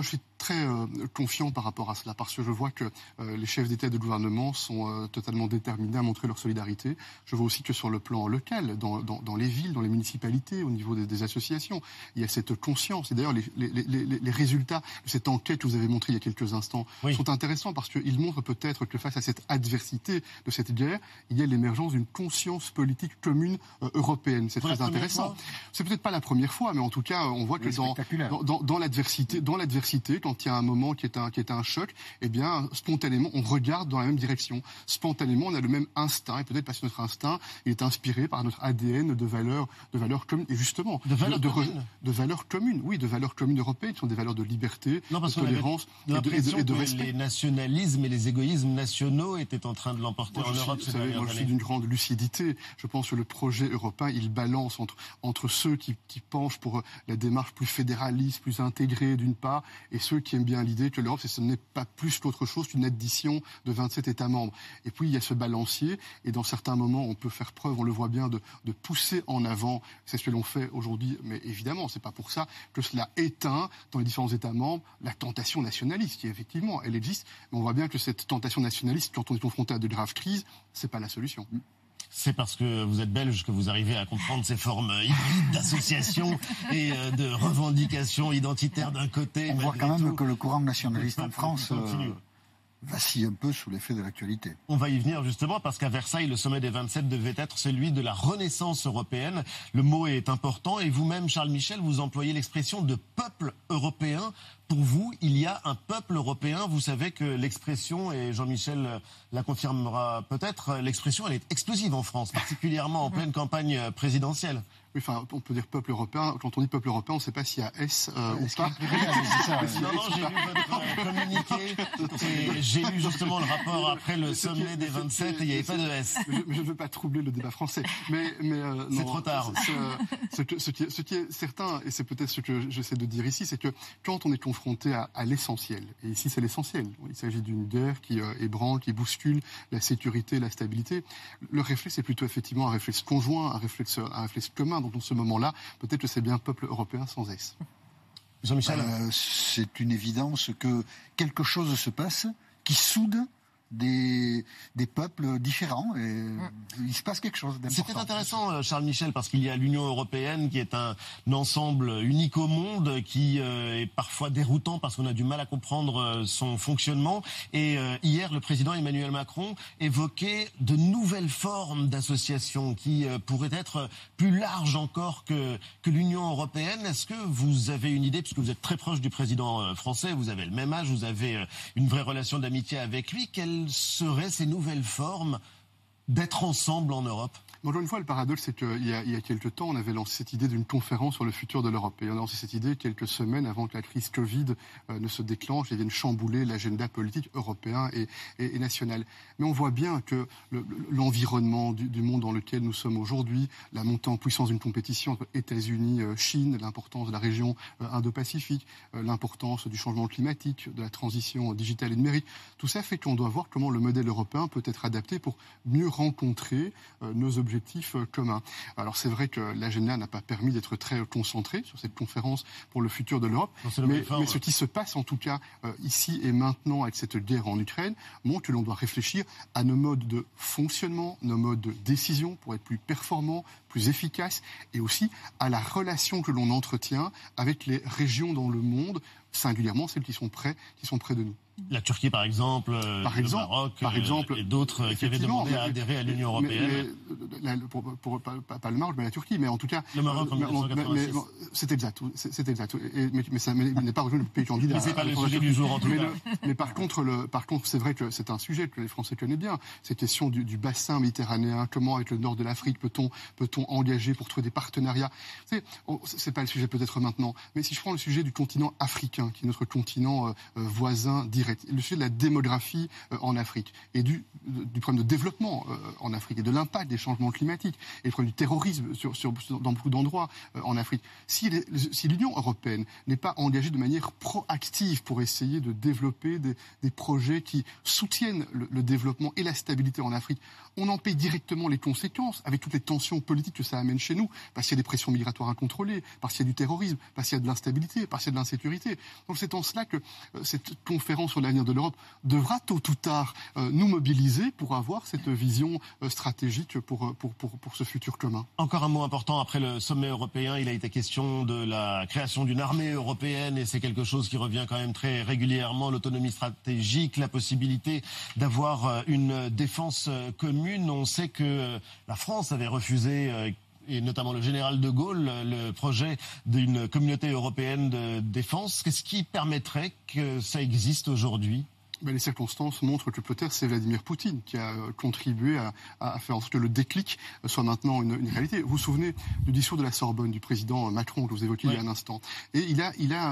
très confiant par rapport à cela, parce que je vois que les chefs d'État et de gouvernement sont totalement déterminés à montrer leur solidarité. Je vois aussi que sur le plan local, dans les villes, dans les municipalités, au niveau des associations, il y a cette conscience. Et d'ailleurs, les résultats de cette enquête que vous avez montrée il y a quelques instants sont intéressants, parce qu'ils montrent peut-être que face à cette adversité de cette guerre, il y a l'émergence d'une conscience politique commune européenne. C'est très intéressant. C'est peut-être pas la première fois, mais en tout cas, on voit que dans l'adversité, quand il y a un moment qui est un choc, eh bien, spontanément, on regarde dans la même direction. Spontanément, on a le même instinct, et peut-être parce que notre instinct, il est inspiré par notre ADN de valeurs communes, et justement, de valeurs communes, oui, de valeurs communes européennes, qui sont des valeurs de liberté, de tolérance et de respect. Les nationalismes et les égoïsmes nationaux étaient en train de l'emporter en Europe. Vous savez, moi, je suis d'une grande lucidité. Je pense que le projet européen, il balance entre ceux qui penchent pour la démarche plus fédéraliste, plus intégrée d'une part, et ceux qui aiment bien l'idée que l'Europe, ce n'est pas plus qu'autre chose qu'une addition de 27 États membres. Et puis, il y a ce balancier, et dans certains moments, on peut faire preuve, on le voit bien, de pousser en avant. C'est ce que l'on fait aujourd'hui, mais évidemment, c'est pas pour ça que cela éteint, dans les différents États membres, la tentation nationaliste, qui effectivement, elle existe, mais on voit bien que cette tentation nationaliste, quand on est confronté à de graves crises, c'est pas la solution. C'est parce que vous êtes belge que vous arrivez à comprendre ces formes hybrides d'association et de revendications identitaires d'un côté. On voit quand même que le courant nationaliste en France vacille un peu sous l'effet de l'actualité. On va y venir justement parce qu'à Versailles, le sommet des 27 devait être celui de la renaissance européenne. Le mot est important et vous-même, Charles Michel, vous employez l'expression de peuple européen. Pour vous, il y a un peuple européen. Vous savez que l'expression, et Jean-Michel la confirmera peut-être, l'expression elle est explosive en France, particulièrement en pleine campagne présidentielle. Oui, enfin, on peut dire peuple européen. Quand on dit peuple européen, on ne sait pas s'il y a S ou pas. Non, j'ai lu votre communiqué. J'ai lu justement le rapport après le sommet des 27 et il n'y avait pas de S. Je ne veux pas troubler le débat français. Mais c'est trop tard. Ce qui est certain, et c'est peut-être ce que j'essaie de dire ici, c'est que quand on est confronté à l'essentiel, et ici c'est l'essentiel, il s'agit d'une guerre qui ébranle, qui bouscule la sécurité, la stabilité, le réflexe est plutôt effectivement un réflexe conjoint, un réflexe commun. Donc, dans ce moment-là, peut-être que c'est bien peuple européen sans S. Jean-Michel, c'est une évidence que quelque chose se passe qui soude des peuples différents et il se passe quelque chose d'important. C'était intéressant, Charles Michel, parce qu'il y a l'Union européenne qui est un ensemble unique au monde, qui est parfois déroutant parce qu'on a du mal à comprendre son fonctionnement. Et hier, le président Emmanuel Macron évoquait de nouvelles formes d'associations qui pourraient être plus larges encore que l'Union européenne. Est-ce que vous avez une idée, puisque vous êtes très proche du président français, vous avez le même âge, vous avez une vraie relation d'amitié avec lui, quelles seraient ces nouvelles formes d'être ensemble en Europe ? Encore une fois, le paradoxe, c'est qu'il y a quelques temps, on avait lancé cette idée d'une conférence sur le futur de l'Europe. Et on a lancé cette idée quelques semaines avant que la crise Covid ne se déclenche et vienne chambouler l'agenda politique européen et national. Mais on voit bien que l'environnement du monde dans lequel nous sommes aujourd'hui, la montée en puissance d'une compétition entre États-Unis, Chine, l'importance de la région Indo-Pacifique, l'importance du changement climatique, de la transition digitale et numérique, tout ça fait qu'on doit voir comment le modèle européen peut être adapté pour mieux rencontrer nos objectifs communs. Alors c'est vrai que l'agenda n'a pas permis d'être très concentré sur cette conférence pour le futur de l'Europe, mais ce qui se passe en tout cas ici et maintenant avec cette guerre en Ukraine montre que l'on doit réfléchir à nos modes de fonctionnement, nos modes de décision pour être plus performants, plus efficaces, et aussi à la relation que l'on entretient avec les régions dans le monde, singulièrement celles qui sont près de nous. La Turquie, par exemple, le Maroc, et d'autres qui avaient demandé à adhérer à l'Union européenne. Pas le Maroc, mais la Turquie, mais en tout cas... Le Maroc en 1986. C'est exact. Mais ça n'est pas rejoint le pays candidat. Mais c'est pas le sujet du jour, en tout cas. Mais par contre, c'est vrai que c'est un sujet que les Français connaissent bien. Cette question du bassin méditerranéen, comment avec le nord de l'Afrique peut-on engager pour trouver des partenariats. C'est pas le sujet peut-être maintenant, mais si je prends le sujet du continent africain, qui est notre continent voisin direct, le sujet de la démographie en Afrique et du problème de développement en Afrique et de l'impact des changements climatiques et le problème du terrorisme dans beaucoup d'endroits en Afrique. Si l'Union européenne n'est pas engagée de manière proactive pour essayer de développer des projets qui soutiennent le développement et la stabilité en Afrique, on en paye directement les conséquences avec toutes les tensions politiques que ça amène chez nous, parce qu'il y a des pressions migratoires incontrôlées, parce qu'il y a du terrorisme, parce qu'il y a de l'instabilité, parce qu'il y a de l'insécurité. Donc c'est en cela que cette conférence sur l'avenir de l'Europe devra tôt ou tard nous mobiliser pour avoir cette vision stratégique pour ce futur commun. Encore un mot important, après le sommet européen, il a été question de la création d'une armée européenne et c'est quelque chose qui revient quand même très régulièrement, l'autonomie stratégique, la possibilité d'avoir une défense commune. On sait que la France avait refusé, et notamment le général de Gaulle, le projet d'une communauté européenne de défense. Qu'est-ce qui permettrait que ça existe aujourd'hui ? Les circonstances montrent que peut-être c'est Vladimir Poutine qui a contribué à faire en sorte que le déclic soit maintenant une réalité. Vous vous souvenez du discours de la Sorbonne du président Macron que vous évoquiez il y a un instant. Et il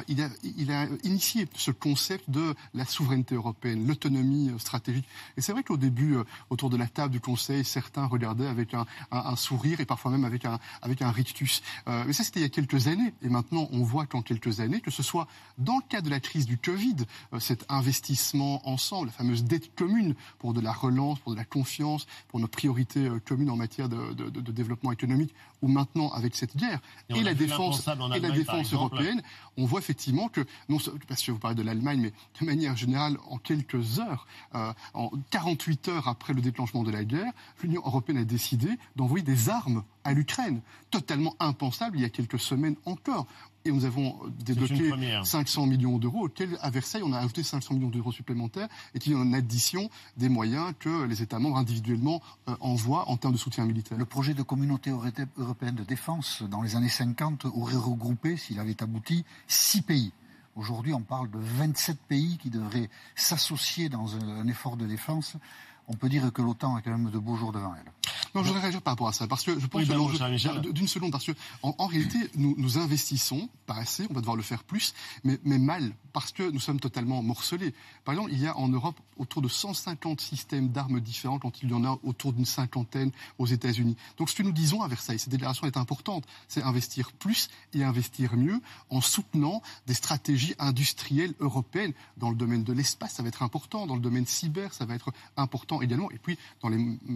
a initié ce concept de la souveraineté européenne, l'autonomie stratégique. Et c'est vrai qu'au début, autour de la table du Conseil, certains regardaient avec un sourire et parfois même avec un rictus. Mais ça, c'était il y a quelques années. Et maintenant, on voit qu'en quelques années, que ce soit dans le cadre de la crise du Covid, cet investissement ensemble, la fameuse dette commune pour de la relance, pour de la confiance, pour nos priorités communes en matière de développement économique, ou maintenant avec cette guerre et la défense européenne, on voit effectivement que, non, parce que vous parlez de l'Allemagne, mais de manière générale, en quelques heures, en 48 heures après le déclenchement de la guerre, l'Union européenne a décidé d'envoyer des armes à l'Ukraine, totalement impensable il y a quelques semaines encore. Et nous avons débloqué 500 millions d'euros, auxquels, à Versailles, on a ajouté 500 millions d'euros supplémentaires, et qui en addition des moyens que les États membres individuellement envoient en termes de soutien militaire. Le projet de communauté européenne de défense, dans les années 50, aurait regroupé, s'il avait abouti, 6 pays. Aujourd'hui, on parle de 27 pays qui devraient s'associer dans un effort de défense. On peut dire que l'OTAN a quand même de beaux jours devant elle. Non, je voudrais réagir par rapport à ça, parce que je pense d'une seconde, parce que en réalité, nous investissons pas assez, on va devoir le faire plus, mais mal, parce que nous sommes totalement morcelés. Par exemple, il y a en Europe autour de 150 systèmes d'armes différents, quand il y en a autour d'une cinquantaine aux États-Unis. Donc ce que nous disons à Versailles, cette déclaration est importante, c'est investir plus et investir mieux en soutenant des stratégies industrielles européennes. Dans le domaine de l'espace, ça va être important, dans le domaine cyber, ça va être important également, et puis dans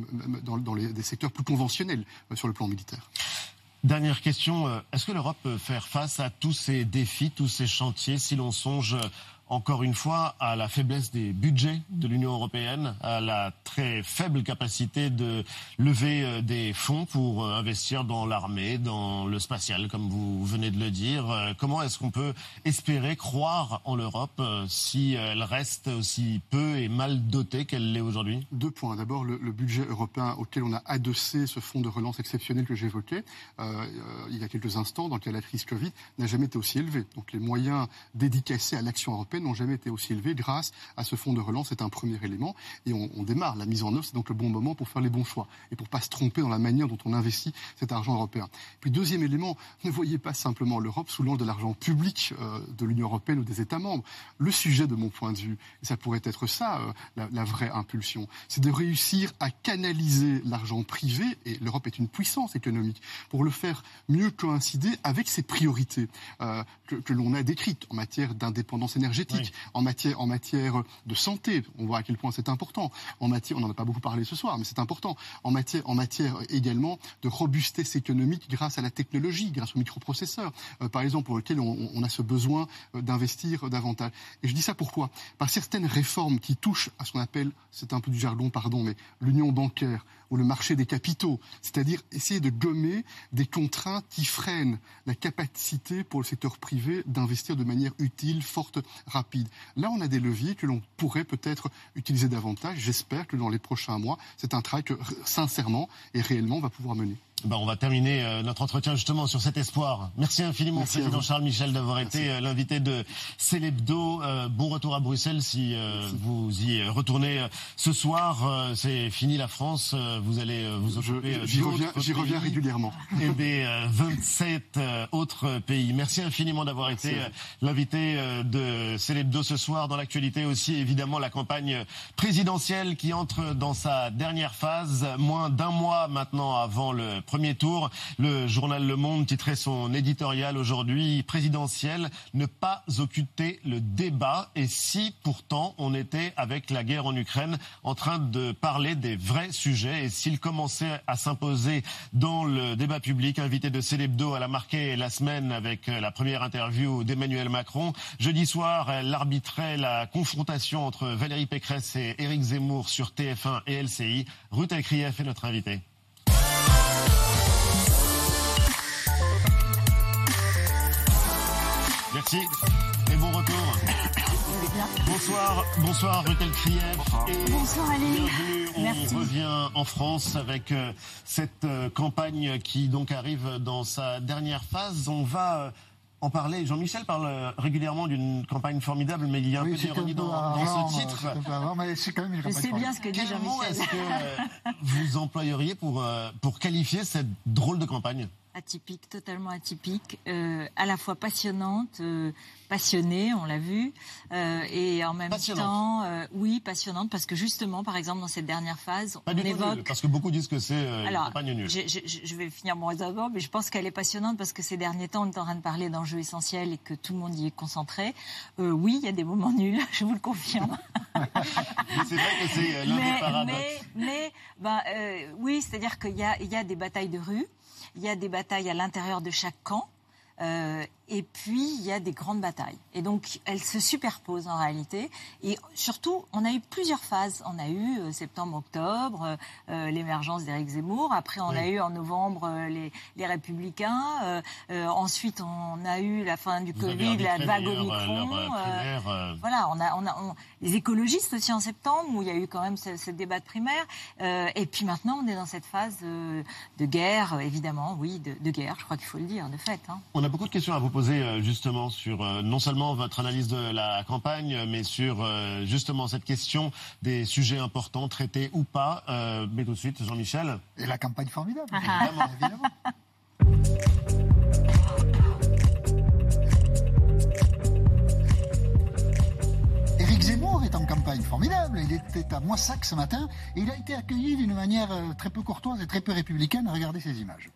des secteurs plus conventionnels sur le plan militaire. Dernière question, est-ce que l'Europe peut faire face à tous ces défis, tous ces chantiers, si l'on songe encore une fois à la faiblesse des budgets de l'Union européenne, à la très faible capacité de lever des fonds pour investir dans l'armée, dans le spatial, comme vous venez de le dire. Comment est-ce qu'on peut espérer croire en l'Europe si elle reste aussi peu et mal dotée qu'elle l'est aujourd'hui ? 2 points. D'abord, le budget européen auquel on a adossé ce fonds de relance exceptionnel que j'évoquais il y a quelques instants, dans le cas de la crise Covid, n'a jamais été aussi élevé. Donc les moyens dédicacés à l'action européenne n'ont jamais été aussi élevés grâce à ce fonds de relance. C'est un premier élément. Et on démarre la mise en œuvre. C'est donc le bon moment pour faire les bons choix et pour ne pas se tromper dans la manière dont on investit cet argent européen. Puis deuxième élément, ne voyez pas simplement l'Europe sous l'angle de l'argent public de l'Union européenne ou des États membres. Le sujet, de mon point de vue, et ça pourrait être ça, la vraie impulsion, c'est de réussir à canaliser l'argent privé, et l'Europe est une puissance économique, pour le faire mieux coïncider avec ses priorités que l'on a décrites en matière d'indépendance énergétique, en matière de santé, on voit à quel point c'est important, on n'en a pas beaucoup parlé ce soir, mais c'est important, en matière également de robustesse économique grâce à la technologie, grâce aux microprocesseurs, par exemple, pour lesquels on a ce besoin d'investir davantage. Et je dis ça pourquoi ? Par certaines réformes qui touchent à ce qu'on appelle, c'est un peu du jargon, pardon, mais l'union bancaire ou le marché des capitaux, c'est-à-dire essayer de gommer des contraintes qui freinent la capacité pour le secteur privé d'investir de manière utile, forte, rapide. Là, on a des leviers que l'on pourrait peut-être utiliser davantage. J'espère que dans les prochains mois, c'est un travail que, sincèrement et réellement, on va pouvoir mener. On va terminer notre entretien justement sur cet espoir. Merci infiniment, Président Charles Michel, d'avoir été l'invité de Célébdo. Bon retour à Bruxelles si vous y retournez ce soir. C'est fini la France. Vous allez vous occuper j'y reviens régulièrement. Et des 27 autres pays. Merci infiniment d'avoir été l'invité de Célébdo ce soir. Dans l'actualité aussi, évidemment, la campagne présidentielle qui entre dans sa dernière phase. Moins d'un mois maintenant avant le premier tour. Le journal Le Monde titrait son éditorial aujourd'hui, présidentiel, ne pas occulter le débat. Et si pourtant on était avec la guerre en Ukraine en train de parler des vrais sujets, et s'il commençait à s'imposer dans le débat public, invité de Célébdo, elle a marqué la semaine avec la première interview d'Emmanuel Macron. Jeudi soir, elle arbitrait la confrontation entre Valérie Pécresse et Éric Zemmour sur TF1 et LCI. Ruth Elkrief est notre invitée. Merci et bon retour. Bonsoir Ruth Elkrief. Bonsoir Ali. Bienvenue. Merci. On revient en France avec cette campagne qui donc arrive dans sa dernière phase. On va en parler. Jean-Michel parle régulièrement d'une campagne formidable, mais il y a un peu d'ironie dans ce titre. Mais c'est quand même une campagne. Je sais bien ce que dit Quel mot Jean-Michel. est-ce que vous employeriez pour qualifier cette drôle de campagne ? Atypique, totalement atypique, à la fois passionnante, passionnée, on l'a vu, et en même temps, oui, passionnante, parce que justement, par exemple, dans cette dernière phase, on évoque... Nul, parce que beaucoup disent que c'est une campagne nulle. Je vais finir mon raisonnement, mais je pense qu'elle est passionnante parce que ces derniers temps, on est en train de parler d'enjeux essentiels et que tout le monde y est concentré. Oui, il y a des moments nuls, je vous le confirme. C'est vrai que c'est l'un des paradoxes. Oui, c'est-à-dire qu'il y a des batailles de rue. Il y a des batailles à l'intérieur de chaque camp, et puis il y a des grandes batailles. Et donc, elles se superposent en réalité. Et surtout, on a eu plusieurs phases. On a eu septembre-octobre, l'émergence d'Éric Zemmour. Après, on a eu en novembre les Républicains. Ensuite, on a eu la fin du Covid, la vague Omicron. Voilà, on a les écologistes aussi en septembre, où il y a eu quand même ce débat de primaire. Et puis maintenant, on est dans cette phase de guerre, évidemment, oui, de guerre, je crois qu'il faut le dire, de fait. Hein. On a beaucoup de questions à vous poser justement sur non seulement votre analyse de la campagne, mais sur justement cette question des sujets importants, traités ou pas. Mais tout de suite, Jean-Michel. Et la campagne formidable, évidemment. Éric Zemmour est en campagne formidable. Il était à Moissac ce matin et il a été accueilli d'une manière très peu courtoise et très peu républicaine. Regardez ces images.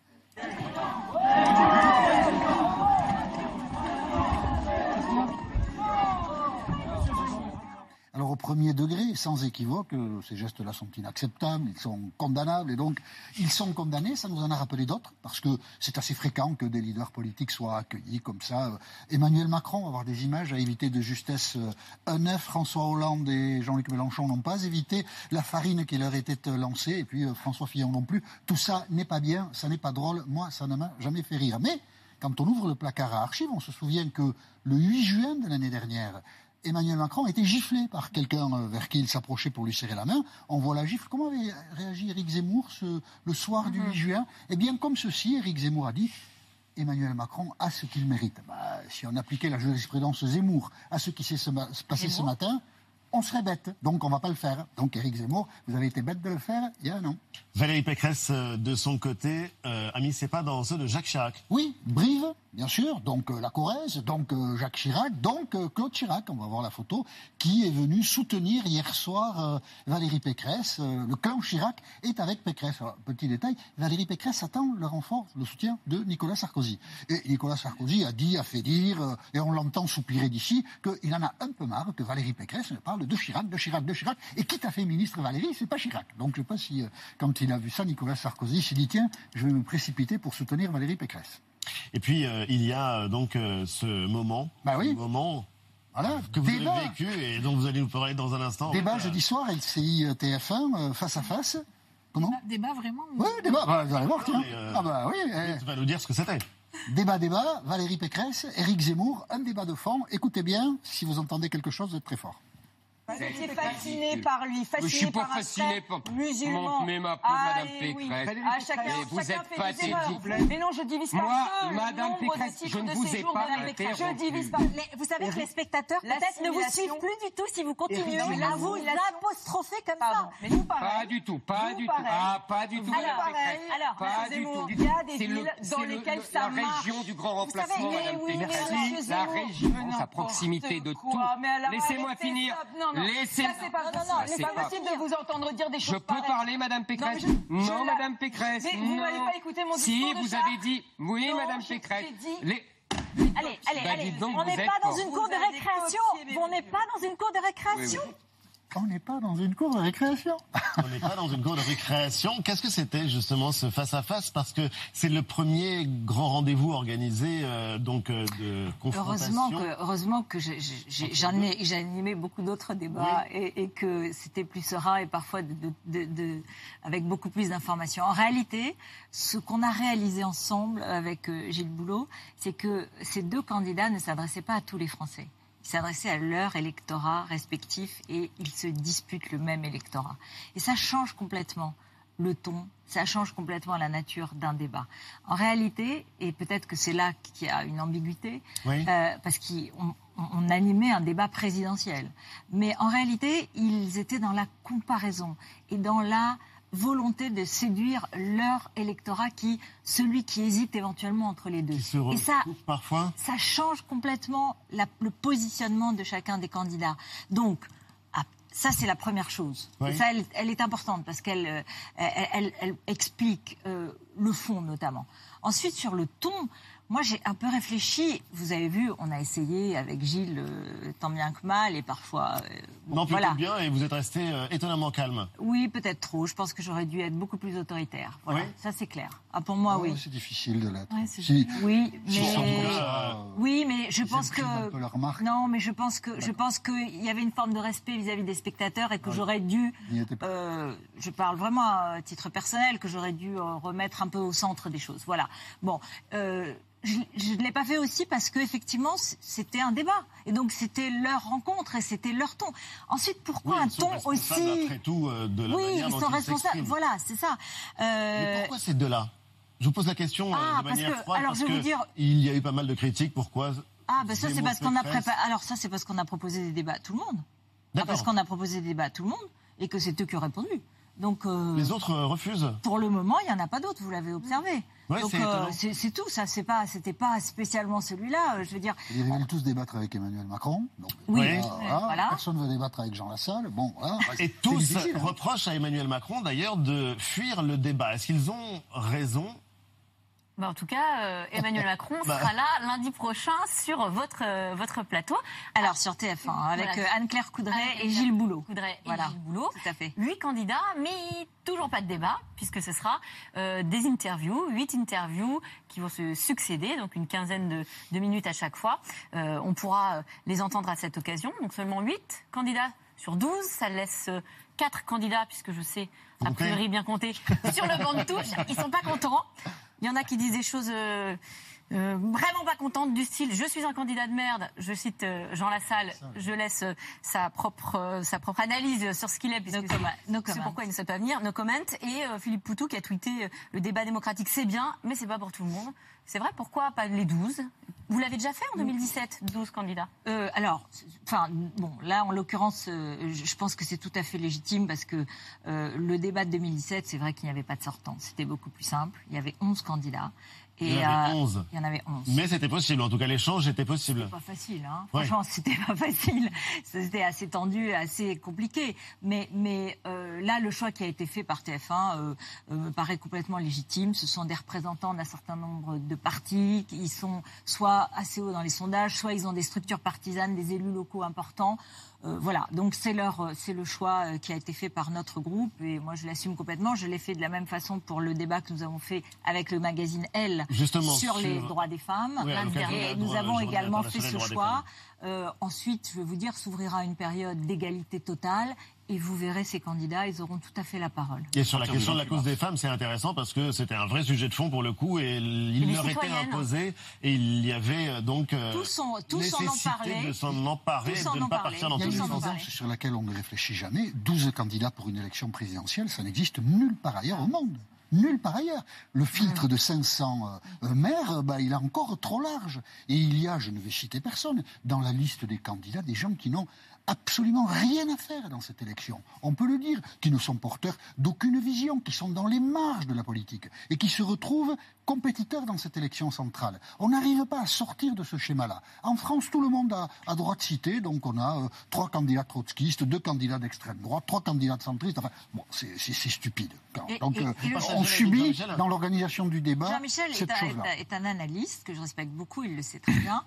Alors au premier degré, sans équivoque, ces gestes-là sont inacceptables, ils sont condamnables, et donc ils sont condamnés, ça nous en a rappelé d'autres, parce que c'est assez fréquent que des leaders politiques soient accueillis comme ça. Emmanuel Macron, on va voir des images, a évité de justesse un œuf, François Hollande et Jean-Luc Mélenchon n'ont pas évité la farine qui leur était lancée, et puis François Fillon non plus. Tout ça n'est pas bien, ça n'est pas drôle, moi ça ne m'a jamais fait rire. Mais quand on ouvre le placard à archives, on se souvient que le 8 juin de l'année dernière, Emmanuel Macron a été giflé par quelqu'un vers qui il s'approchait pour lui serrer la main. On voit la gifle. Comment avait réagi Éric Zemmour le soir du 8 juin ? Eh bien, comme ceci, Éric Zemmour a dit « Emmanuel Macron a ce qu'il mérite ». Si on appliquait la jurisprudence Zemmour à ce qui s'est passé ce matin, on serait bête. Donc, on ne va pas le faire. Donc, Éric Zemmour, vous avez été bête de le faire il y a un an. Valérie Pécresse, de son côté, a mis ses pas dans ceux de Jacques Chirac. Oui, Brive, bien sûr, donc la Corrèze, donc Jacques Chirac, donc Claude Chirac, on va voir la photo, qui est venu soutenir hier soir Valérie Pécresse. Le clan Chirac est avec Pécresse. Alors, petit détail, Valérie Pécresse attend le renfort, le soutien de Nicolas Sarkozy. Et Nicolas Sarkozy a fait dire, et on l'entend soupirer d'ici, qu'il en a un peu marre que Valérie Pécresse parle de Chirac, et quitte à fait ministre Valérie, c'est pas Chirac. Donc je ne sais pas si, quand il a vu ça, Nicolas Sarkozy s'est dit, tiens, je vais me précipiter pour soutenir Valérie Pécresse. Et puis, il y a donc ce moment, voilà, que vous avez vécu et dont vous allez nous parler dans un instant. Débat jeudi soir, LCI TF1, face à face. Comment ? Débat vraiment. Oui, débat, vous allez voir, tiens. Tu vas nous dire ce que c'était. Débat, Valérie Pécresse, Éric Zemmour, un débat de fond. Écoutez bien, si vous entendez quelque chose, vous êtes très fort. Vous étiez fasciné par lui, je suis pas fasciné par musulman. Mais ma pauvre Madame Pécresse. À chacun, vous êtes pathétique. Mais non, je divise pas. Moi, Madame Pécresse, je ne vous ai pas interrompu. Je divise pas. Vous savez que les spectateurs peut-être ne vous suivent plus du tout si vous continuez à vous apostropher comme ça. Mais nous, pas du tout, pas du tout. Ah, pas du tout. Alors, pas du tout. Il y a des villes dans lesquelles ça marche. La région du grand remplacement, Madame Pécresse. La région, sa proximité de tout. Laissez-moi finir. Laissez... Ça, c'est pas possible. C'est pas possible de vous entendre dire des choses. Je peux parler, Madame Pécresse? Non, Madame Pécresse. Mais vous n'avez pas écouté mon discours. Si, vous avez dit... Oui, Madame Pécresse. Allez, on n'est pas dans une cour de récréation. On n'est pas dans une cour de récréation. On n'est pas dans une cour de récréation. On n'est pas dans une cour de récréation. Qu'est-ce que c'était justement ce face-à-face? Parce que c'est le premier grand rendez-vous organisé de confrontation. Heureusement que j'ai animé beaucoup d'autres débats et que c'était plus serein et parfois avec beaucoup plus d'informations. En réalité, ce qu'on a réalisé ensemble avec Gilles Boulot, c'est que ces deux candidats ne s'adressaient pas à tous les Français. Ils s'adressaient à leur électorat respectif et ils se disputent le même électorat. Et ça change complètement le ton, ça change complètement la nature d'un débat. En réalité, et peut-être que c'est là qu'il y a une ambiguïté, parce qu'on animait un débat présidentiel. Mais en réalité, ils étaient dans la comparaison et dans la volonté de séduire leur électorat, celui qui hésite éventuellement entre les deux. Et ça, parfois, ça change complètement le positionnement de chacun des candidats. Donc, ça, c'est la première chose. Oui. Et ça, elle est importante parce qu'elle explique le fond, notamment. Ensuite, sur le ton, moi, j'ai un peu réfléchi. Vous avez vu, on a essayé avec Gilles, tant bien que mal, et parfois... plutôt bien, et vous êtes resté étonnamment calme. Oui, peut-être trop. Je pense que j'aurais dû être beaucoup plus autoritaire. Voilà, ça c'est clair. Pour moi, oui. C'est difficile de l'être. Oui, mais je pense que... Non, mais je pense qu'il y avait une forme de respect vis-à-vis des spectateurs et que j'aurais dû... je parle vraiment à titre personnel, que j'aurais dû remettre un peu au centre des choses. Voilà. Bon... je ne l'ai pas fait aussi parce qu'effectivement, c'était un débat. Et donc, c'était leur rencontre et c'était leur ton. Ensuite, pourquoi un ton aussi... Après tout, de la manière dont ils sont responsables. Voilà, c'est ça. Mais pourquoi ces deux-là? Je vous pose la question de manière froide parce qu'il y a eu pas mal de critiques. Pourquoi? Ça, c'est parce qu'on a préparé... Alors, ça, c'est parce qu'on a proposé des débats à tout le monde. Parce qu'on a proposé des débats à tout le monde et que c'est eux qui ont répondu. Donc, les autres refusent? Pour le moment, il n'y en a pas d'autres, vous l'avez observé. Ouais, donc c'est tout, ça c'était pas spécialement celui-là, je veux dire. Ils veulent tous débattre avec Emmanuel Macron. Donc, personne ne veut débattre avec Jean Lassalle. Bon, voilà. Et tous reprochent à Emmanuel Macron d'ailleurs de fuir le débat. Est-ce qu'ils ont raison? En tout cas, Emmanuel Macron sera là lundi prochain sur votre plateau. Alors sur TF1, avec Anne-Claire Coudray et Gilles Boulot. Gilles Boulot. Tout à fait. 8 candidats, mais toujours pas de débat, puisque ce sera des interviews, 8 interviews qui vont se succéder, donc une quinzaine de minutes à chaque fois. On pourra les entendre à cette occasion. Donc seulement 8 candidats sur 12, ça laisse 4 candidats, puisque je sais, a priori bien compté, sur le banc de touche. Ils sont pas contents. Il y en a qui disent des choses vraiment pas contentes du style « Je suis un candidat de merde ». Je cite Jean Lassalle, je laisse sa propre analyse sur ce qu'il est, puisque c'est pourquoi il ne sait pas venir. No comment. Et Philippe Poutou qui a tweeté « Le débat démocratique, c'est bien, mais c'est pas pour tout le monde ». C'est vrai, pourquoi pas les 12 ? Vous l'avez déjà fait en 2017, 12 candidats. Là, en l'occurrence, je pense que c'est tout à fait légitime parce que le débat de 2017, c'est vrai qu'il n'y avait pas de sortant. C'était beaucoup plus simple. Il y avait 11 candidats. Il y en avait 11. Mais c'était possible, en tout cas l'échange était possible. C'était pas facile, hein. Franchement, c'était pas facile. C'était assez tendu, assez compliqué. Mais là, le choix qui a été fait par TF1 me paraît complètement légitime. Ce sont des représentants d'un certain nombre de partis. Ils sont soit assez hauts dans les sondages, soit ils ont des structures partisanes, des élus locaux importants. Voilà, donc c'est le choix qui a été fait par notre groupe et moi je l'assume complètement. Je l'ai fait de la même façon pour le débat que nous avons fait avec le magazine Elle sur les droits des femmes. Et nous avons également fait ce choix. Ensuite, je vais vous dire, s'ouvrira une période d'égalité totale et vous verrez ces candidats, ils auront tout à fait la parole. Et sur la question de la cause des femmes, c'est intéressant parce que c'était un vrai sujet de fond pour le coup et il leur était imposé et il y avait donc tous en nécessité de s'en emparer et de ne pas partir dans tous les sens. Il y a une évidence sur laquelle on ne réfléchit jamais. 12 candidats pour une élection présidentielle, ça n'existe nulle part ailleurs au monde. Nulle part ailleurs. Le filtre de 500 maires, il est encore trop large. Et il y a, je ne vais citer personne, dans la liste des candidats, des gens qui n'ont absolument rien à faire dans cette élection. On peut le dire, qui ne sont porteurs d'aucune vision, qui sont dans les marges de la politique et qui se retrouvent compétiteurs dans cette élection centrale. On n'arrive pas à sortir de ce schéma-là. En France, tout le monde a droit de citer, donc on a 3 candidats trotskistes, 2 candidats d'extrême droite, 3 candidats de centristes. Enfin, bon, c'est stupide. Donc on subit dans l'organisation du débat Jean-Michel cette chose-là. est un analyste que je respecte beaucoup, il le sait très bien.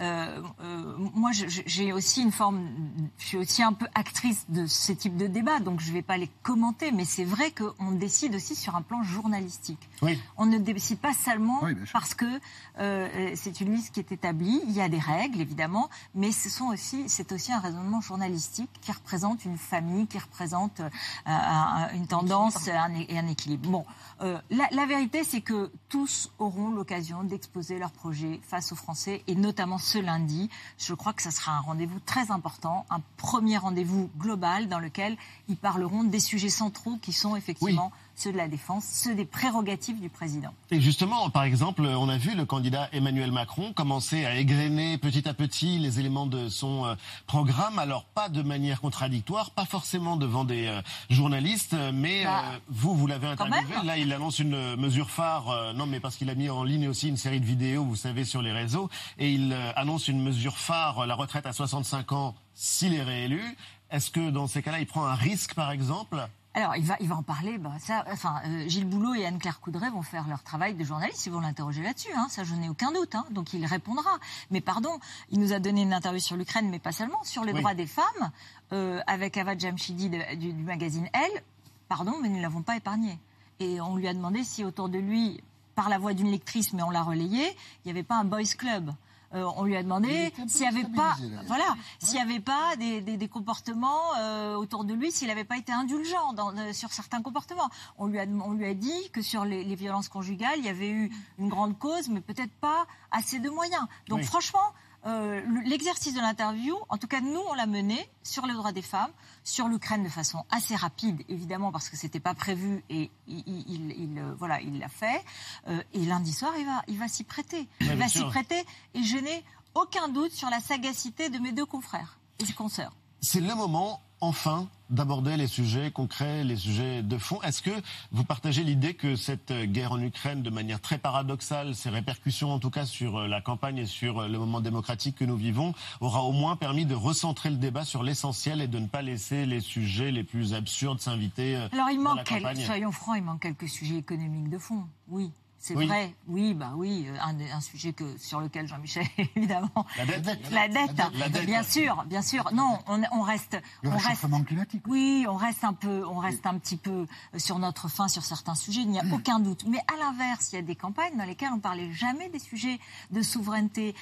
Moi, j'ai aussi une forme, je suis aussi un peu actrice de ce type de débat, donc je ne vais pas les commenter, mais c'est vrai qu'on décide aussi sur un plan journalistique. Oui. On ne décide pas seulement parce que c'est une liste qui est établie, il y a des règles évidemment, mais c'est aussi un raisonnement journalistique qui représente une famille, qui représente une tendance et un équilibre. Bon, la vérité, c'est que tous auront l'occasion d'exposer leurs projets face aux Français, et notamment ce lundi. Je crois que ça sera un rendez-vous très important, un premier rendez-vous global dans lequel ils parleront des sujets centraux qui sont effectivement ceux de la défense, ceux des prérogatives du président. Et justement, par exemple, on a vu le candidat Emmanuel Macron commencer à égrener petit à petit les éléments de son programme, alors pas de manière contradictoire, pas forcément devant des journalistes, mais vous l'avez interviewé, là il annonce une mesure phare, non mais parce qu'il a mis en ligne aussi une série de vidéos, vous savez, sur les réseaux, et il annonce une mesure phare, la retraite à 65 ans s'il est réélu. Est-ce que dans ces cas-là, il prend un risque, par exemple ? Alors, il va en parler. Gilles Boulot et Anne-Claire Coudray vont faire leur travail de journaliste. Ils vont l'interroger là-dessus. Ça, je n'ai aucun doute. Donc, il répondra. Mais pardon, il nous a donné une interview sur l'Ukraine, mais pas seulement, sur les droits des femmes, avec Avad Jamshidi du magazine Elle. Pardon, mais nous ne l'avons pas épargné. Et on lui a demandé si autour de lui, par la voix d'une lectrice, mais on l'a relayé, il n'y avait pas un boys club. On lui a demandé s'il n'y avait pas, des comportements autour de lui, s'il n'avait pas été indulgent sur certains comportements. On lui a dit que sur les violences conjugales, il y avait eu une grande cause, mais peut-être pas assez de moyens. Donc franchement, l'exercice de l'interview, en tout cas nous on l'a mené sur les droits des femmes, sur l'Ukraine de façon assez rapide évidemment parce que c'était pas prévu et il l'a fait. Et lundi soir il va s'y prêter. Il va s'y prêter et je n'ai aucun doute sur la sagacité de mes 2 confrères et consoeurs. C'est le moment, enfin, d'aborder les sujets concrets, les sujets de fond. Est-ce que vous partagez l'idée que cette guerre en Ukraine, de manière très paradoxale, ses répercussions en tout cas sur la campagne et sur le moment démocratique que nous vivons, aura au moins permis de recentrer le débat sur l'essentiel et de ne pas laisser les sujets les plus absurdes s'inviter dans la campagne ? Soyons francs, il manque quelques sujets économiques de fond, oui. C'est vrai, un sujet sur lequel Jean-Michel, évidemment. La dette. Bien sûr. Non, on reste. Le réchauffement climatique. Oui, on reste un petit peu sur notre faim sur certains sujets, il n'y a aucun doute. Mais à l'inverse, il y a des campagnes dans lesquelles on ne parlait jamais des sujets de souveraineté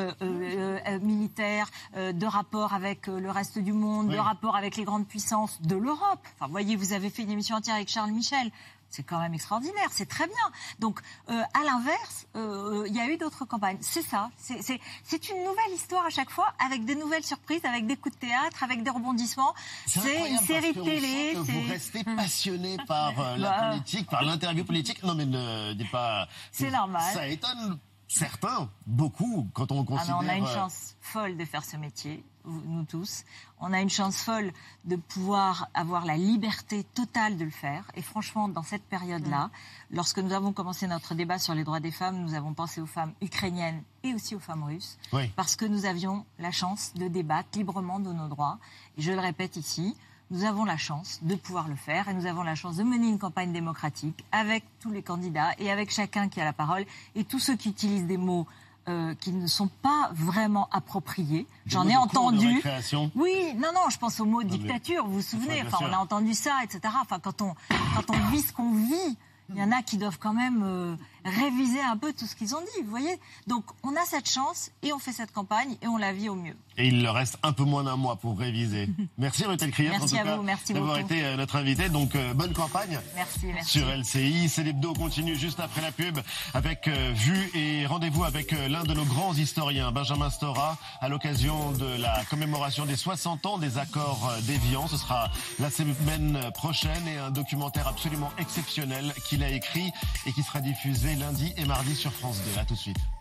militaire, de rapport avec le reste du monde, de rapport avec les grandes puissances de l'Europe. Enfin, voyez, vous avez fait une émission entière avec Charles Michel. C'est quand même extraordinaire, c'est très bien. Donc, à l'inverse, il y a eu d'autres campagnes. C'est ça, c'est une nouvelle histoire à chaque fois, avec des nouvelles surprises, avec des coups de théâtre, avec des rebondissements. C'est une série de télé. Vous restez passionné par la politique, par l'interview politique. Non, mais ne dites pas... C'est normal. Ça étonne certains, beaucoup, quand on considère... on a une chance folle de faire ce métier. Nous tous, on a une chance folle de pouvoir avoir la liberté totale de le faire. Et franchement, dans cette période-là, lorsque nous avons commencé notre débat sur les droits des femmes, nous avons pensé aux femmes ukrainiennes et aussi aux femmes russes, parce que nous avions la chance de débattre librement de nos droits. Et je le répète ici, nous avons la chance de pouvoir le faire et nous avons la chance de mener une campagne démocratique avec tous les candidats et avec chacun qui a la parole et tous ceux qui utilisent des mots qui ne sont pas vraiment appropriés. J'en ai entendu. Oui, non, je pense au mot dictature, vous vous souvenez, on a entendu ça, etc. Enfin, quand on vit ce qu'on vit, il y en a qui doivent quand même réviser un peu tout ce qu'ils ont dit, vous voyez. Donc, on a cette chance et on fait cette campagne et on la vit au mieux. Et il leur reste un peu moins d'un mois pour réviser. Merci Ruth Elkrief, merci à vous, merci d'avoir été notre invité. Donc, bonne campagne sur LCI. C'est l'hebdo continue juste après la pub avec Vue et rendez-vous avec l'un de nos grands historiens, Benjamin Stora, à l'occasion de la commémoration des 60 ans des accords d'Évian. Ce sera la semaine prochaine et un documentaire absolument exceptionnel qu'il a écrit et qui sera diffusé lundi et mardi sur France 2. À tout de suite.